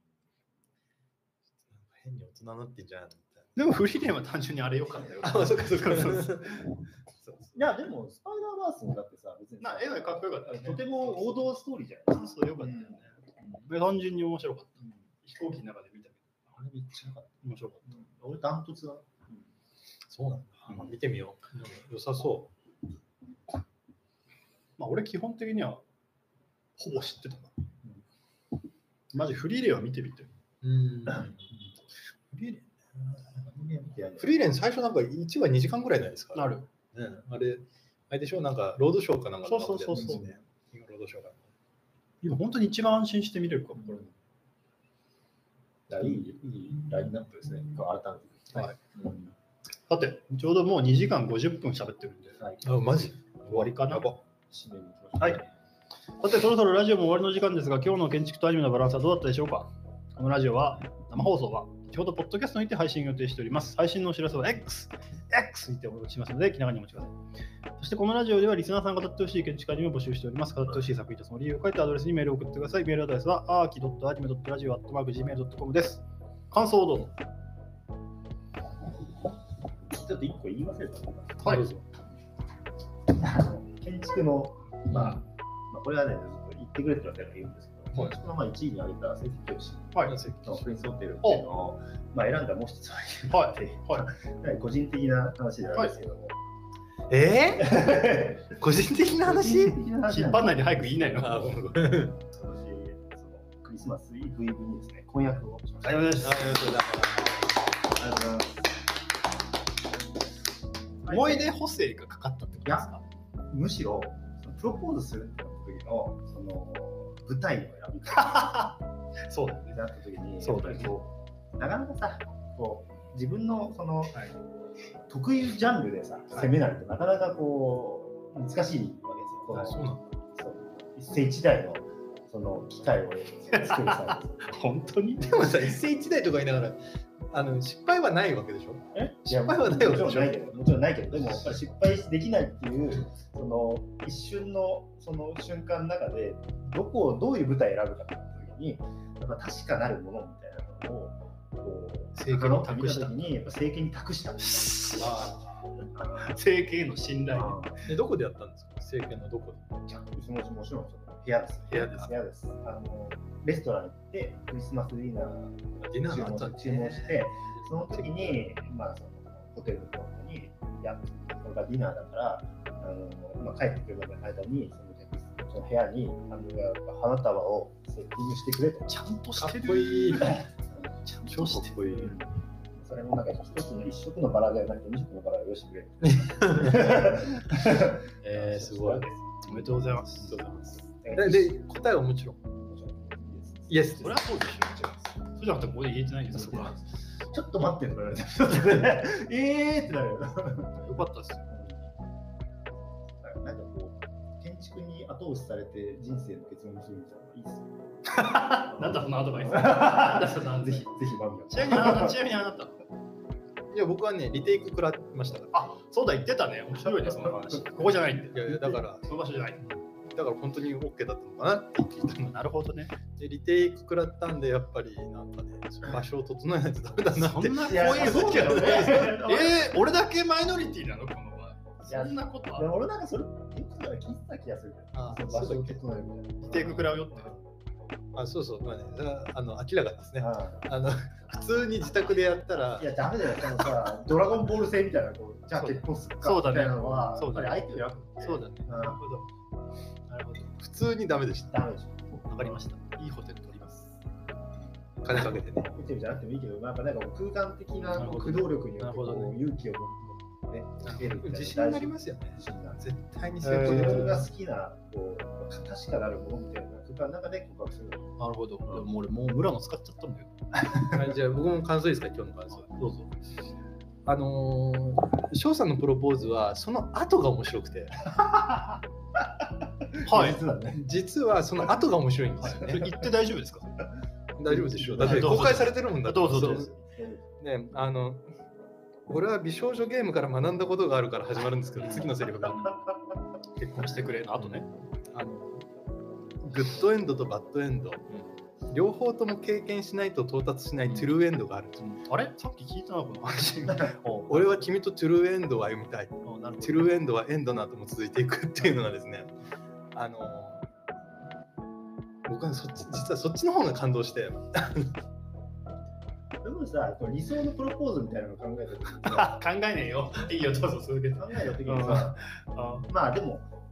変に大人になってんじゃんみたいな。でもフリーレンは単純にあれ良かったよ。 あ、そっかそっか。いやでもスパイダーバースもだってさ別にな絵がかっこよかった、ね。 とても王道ストーリーじゃん。 そう良かったよね。うん、単純に面白かった。飛行機の中で見たけど。 あれめっちゃ良かった。 面白かった。 うん、俺ダントツだ。 うん、そうなんだ。うん、見てみよう。良さそう。 まあ俺基本的にはほぼ知ってたな。うん、マジフリーレンは見てみて。 うんフリーレンフリーレン最初なんかいちわにじかんぐらいないですか。 なる。 ね、あれ、あれでしょ、なんかロードショーかなんかそうそうそうそう。 ロードショーか。 今本当に一番安心して見れるかも、これ。いい、いいラインナップですね。改めて。 はい。うん、さて、ちょうどもうにじかんごじゅっぷん喋ってるんで。 はい、あ、マジ終わりかな。 締めに行きましょう。はい。さて、そろそろラジオも終わりの時間ですが、今日の建築とアニメのバランスはどうだったでしょうか。このラジオは、生放送は、先ほどポッドキャストにて配信予定しております。配信のお知らせは X、X にてお届けしますので、気長にお待ちください。そしてこのラジオではリスナーさんが語ってほしい建築アニメを募集しております。語ってほしい作品とその理由を書いたアドレスにメールを送ってください。メールアドレスは アーキドットアニメドットラジオアットマークジーメールドットコム です。感想をどうぞ。 ちょっと一個言い忘れた。 はい。 建築の、まあ、まあ、これはね、ずっと言ってくれてるわけだから言うんですけど、建築のまあいちいに挙げた成績教師のプリンスホテルっていうのを、まあ、選んだもう一つはあって、はいはい、個人的な話であるんですけども。 えー、個人的な話？ 引っ張らないで早く言いないの。 私、そのクリスマスイブイブにですね、婚約をしました。 ありがとうございます。 ありがとうございます。 思い出補正がかかったってことですか？ むしろプロポーズするってなった時のその舞台の選び方そうだね。 なった時に、 そうだね。 なかなかさ、こう自分のその、はい、得意ジャンルでさ、はい、攻めないとなかなかこう難しいわけですよ。 はい、そうなの。 一世一代のその機会を作るさ。 本当に？ でもさ、一世一代とか言いながら。あの失敗はないわけでしょ。 え失敗はないわけでしょ。 もちろんないけど、でもやっぱり失敗できないっていうその一瞬のその瞬間の中でどこをどういう舞台を選ぶかっていう時に、やっぱ確かなるものみたいなのをこう政権に託した時にやっぱ政権に託した。 政権への信頼。 でどこでやったんですか。政権のどこで？ もちろんその部屋です。 部屋です。 部屋です。あのレストラン行ってクリスマスディナーディナー注文注文して、その時にまあそのホテルの方にいやこれがディナーだからあのまあ帰ってくる間にそのその部屋にあの花束をセッティングしてくれと。 ちゃんとしてる。 かっこいい。 ちゃんとしてる。 それもなんか一つの一色のバラではなくて二色のバラを用意してくれる。 えー、すごい。 おめでとうございます。 ありがとうございます。で、答えはもちろん。イエス。 それはそうでしょ。そうじゃなくてここで言えてないんですよ。 ちょっと待ってとか言われて。えーってなるよ。よかったですよ。 なんかこう、建築に後押しされて人生の結論にするみたいなのいいですよ。 なんだそのアドバイス。なんだそのぜひ、ぜひマミちなみにあなた、ちなみにあなた。 いや、僕はね、リテイク食らいましたから。 あ、そうだ、言ってたね。面白いね、その話。ここじゃないんで。 いやいや、だから、 その場所じゃない。 だから本当に OK だったのかなって聞いたの。 なるほどね。 で、リテイク食らったんで、やっぱりなんかね、場所を整えないとダメだなって。 そんな怖いことやろね。えー、俺だけマイノリティなのこの場合。そんなことは。 俺なんかそれ、よく聞いた気がするけど。 あ、 場所を整えるみたいな。 リテイク食らうよって。 あ、そうそう、まあね、あの明らかですね。ああの普通に自宅でやったら。 いや、ダメだよ、そのさ、ドラゴンボール戦みたいな、こうじゃあ結婚するかみたいなのは、やっぱり相手をやる。 そうだね。 なるほど。なるほど。 普通にダメでした。 ダメでしょ。わかりました。いいホテル取ります。 金かけてね。 ホテルじゃなくてもいいけど、なんかなんか空間的な駆動力によってこう勇気を持ってね、かける。 自信になりますよね。 自信が絶対に成功。自分が好きなこう確かなるものみたいな空間の中で告白する。 なるほど。でも俺もう村も使っちゃったんだよ。 はい、じゃあ僕も感想いいですか、今日の感想。 どうぞ。 あのー、翔さんのプロポーズはその後が面白くて。 はい。 実はね。 実はその後が面白いんですよね。 言って大丈夫ですか？ 大丈夫でしょう。だって公開されてるもんだって。 どうぞどうぞ。 ね、あの。俺は美少女ゲームから学んだことがあるから始まるんですけど、次のセリフが結婚してくれの後ね。 あのグッドエンドとバッドエンド、うん、両方とも経験しないと到達しないトゥルーエンドがある。 うん、あれさっき聞いたなこの話。 俺は君とトゥルーエンドを歩みたい。トゥルーエンドはエンドの後も続いていくっていうのがですね、あの僕はそっち実はそっちの方が感動して。 でもさ、これ理想のプロポーズみたいなのを考えた時考えねえよ。いいよ、どうぞ続けて。 考えた時にさ、あまあでも、そ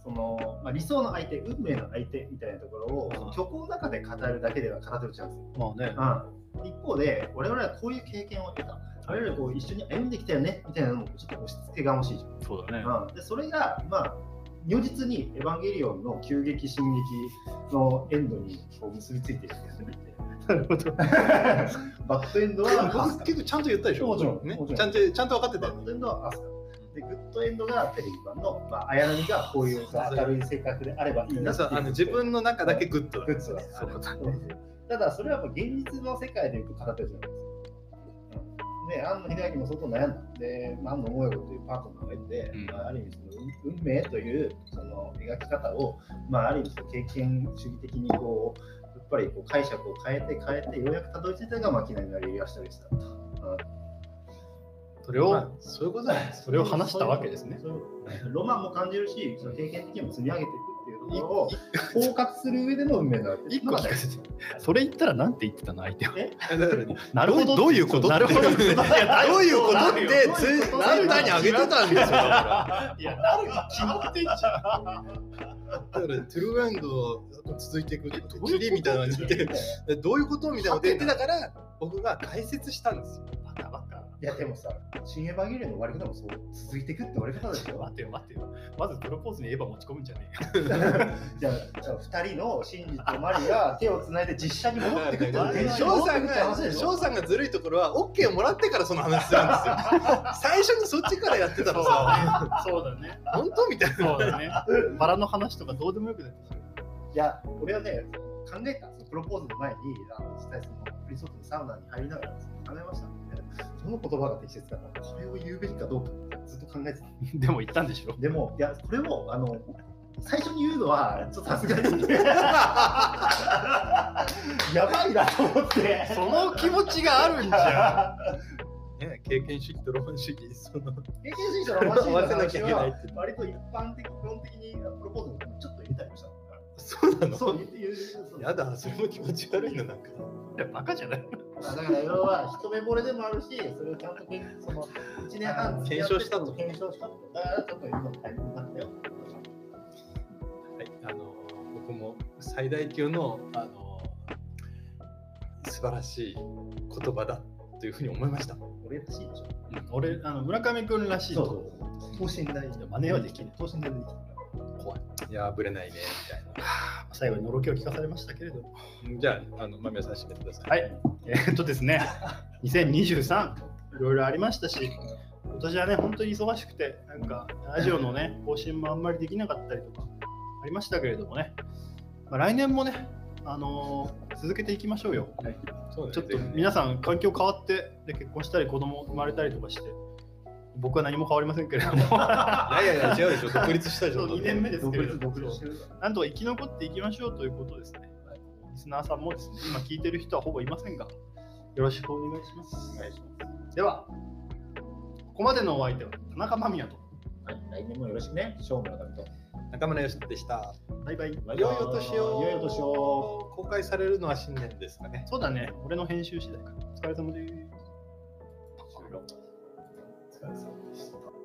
その、まあ、理想の相手、運命の相手みたいなところを虚構の中で語るだけでは語れちゃうんですよ。 まあね。 うん、一方で、我々はこういう経験を得た。我々はこう一緒に歩んできたよねみたいなのもちょっと押し付けがましいじゃん。 そうだね。 うん、でそれが、まあ、如実にエヴァンゲリオンの急激進撃のエンドにこう結びついているんですね。 なるほど。 バッドエンドは僕結構ちゃんと言ったでしょ。 もちろん、 ねもちろんちゃんとちゃんと分かってたよね。 バッドエンドはアスカ。で、グッドエンドがテレビ版の、まあ、綾波がこういう明るい性格であればいいなっていう。 あの自分の中だけグッドだ。 グッドだ。そういうことね。ただ、それはやっぱ現実の世界でよく語ってるじゃないですか。で、庵野秀明も相当悩んだ。で、まあ、庵野萌子というパートナーがいて、うんまあ、ある意味その運命というその描き方を、まあ、ある意味その経験主義的にこうやっぱりこう解釈を変えて変えてようやくたどり着いたのが牧野成東ストレスだった。 それを、 まあ、そういうことじゃないですか。 それを話したわけですね。 ロマンも感じるし、その経験的にも積み上げていくっていうところを包括する上での運命なわけです。 一個聞かせて。それ言ったらなんて言ってたの相手は。 えだからね、 なるほど。 どういうことなるほど。どういうことってツイッターに上げてたんですよ。 いや、なるに決まってんじゃん。 だからトゥルーエンド続いていくキリみたいなのでどういうことみたいなこと言ってたから僕が解説したんですよ。 バカバカ。 いやでもさ、新エヴァンゲリオンの終わり方もそう続いていくって終わり方でしょ。 待てよ待てよ。まずプロポーズにエヴァ持ち込むんじゃねえよ。じゃあふたりのシンジとマリが手をつないで実写に戻ってくっていう翔さんが翔さんがずるいところは OK をもらってからその話するんですよ。最初にそっちからやってたらさ、 そうだね。 本当みたいな。 そうだね。バラの話とかどうでもよくなってきた。 いや、俺はね、考えた。プロポーズの前に、あの実際そのフリーソートのサウナに入りながら考えましたので、その言葉が適切だから、これを言うべきかどうかずっと考えてた。 でも言ったんでしょ。 でも、いや、これをあの最初に言うのは、ちょっとさすがにやばいなと思って、 その気持ちがあるんじゃん。ね、経験主義とロマン主義、その経験主義とロマン主義の話は割割と一般的、基本的にプロポーズもちょっと入れたりもした。 そうなの？ そう言って言う。 やだ、それも気持ち悪いのなんか。 いや、バカじゃない。 だから要は一目惚れでもあるし、それをちゃんとそのいちねんはん検証したと。 検証したと。だからちょっと今のタイミングだったよ。 はい、あの僕も最大級のあの素晴らしい言葉だというふうに思いました。 俺らしいでしょ。 うん、俺あの村上君らしいと。 そう。等身大で真似はできない。 等身大でできない。 怖い。いや、ぶれないねみたいな。 最後にのろけを聞かされましたけれど。 じゃあ、あの間宮さん締めてください。 はい。えー、っとですね、にせんにじゅうさん、いろいろありましたし、今年はね、本当に忙しくて、なんかラジオのね、更新もあんまりできなかったりとかありましたけれどもね、まあ、来年もね、あのー、続けていきましょうよ。はい、そうね、ちょっと皆さん、環境変わってで結婚したり、子供生まれたりとかして、僕は何も変わりませんけれども。いやいやいや、違うでしょ、独立したでしょ。 にねんめですけれども、 独立なんとか生き残っていきましょうということですね。リスナーさんもですね、今聞いてる人はほぼいませんが、よろしくお願いします。お願いします。では、ここまでのお相手は田中間宮と。 はい、来年もよろしくね、正村上と。 中村よしでした。 バイバイ。 良いお年を。 良いお年を。 公開されるのは新年ですかね。 そうだね、俺の編集次第か。お疲れ様です。 お疲れ様でした。